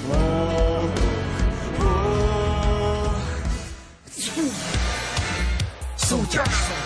Súťaž.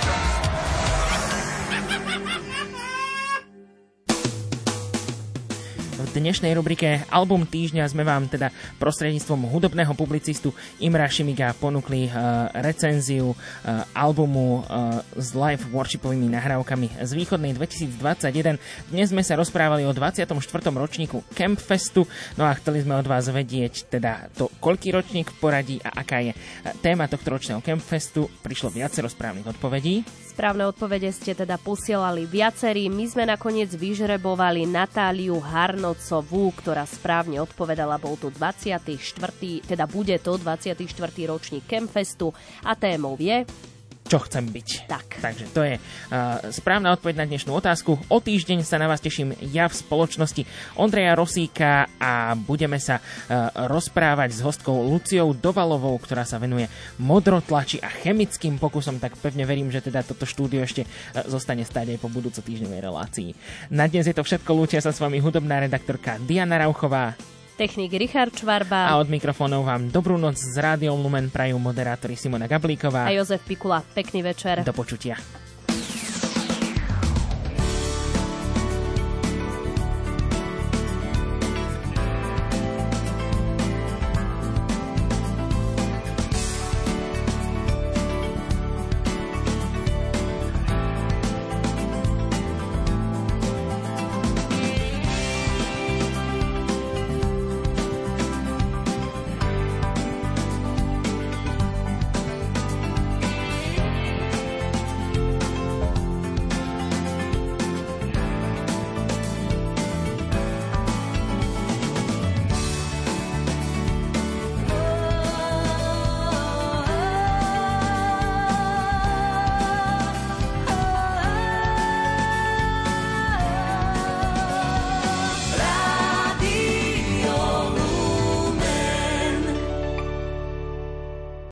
V dnešnej rubrike Album týždňa sme vám teda prostredníctvom hudobného publicistu Imra Šimiga ponúkli recenziu albumu s live worshipovými nahrávkami z východnej 2021. Dnes sme sa rozprávali o 24. ročníku Campfestu, no a chceli sme od vás vedieť teda to, koľký ročník v poradí a aká je téma tohto ročného Campfestu. Prišlo viacero správnych odpovedí. Správne odpovede ste teda posielali viacerí. My sme nakoniec vyžrebovali Natáliu Harnocovú, ktorá správne odpovedala. Bol to 24. teda bude to 24. ročník Campfestu a témou je... Čo chcem byť. Tak. Takže to je správna odpoveď na dnešnú otázku. O týždeň sa na vás teším ja v spoločnosti Ondreja Rosíka a budeme sa rozprávať s hostkou Luciou Dovalovou, ktorá sa venuje modrotlači a chemickým pokusom, tak pevne verím, že teda toto štúdio ešte zostane stáť aj po budúco týždňovej relácii. Na dnes je to všetko, lúčia sa s vami hudobná redaktorka Diana Rauchová, technik Richard Čvarba a od mikrofónov vám dobrú noc z Rádiom Lumen prajú moderátori Simona Gablíková a Jozef Pikula. Pekný večer. Do počutia.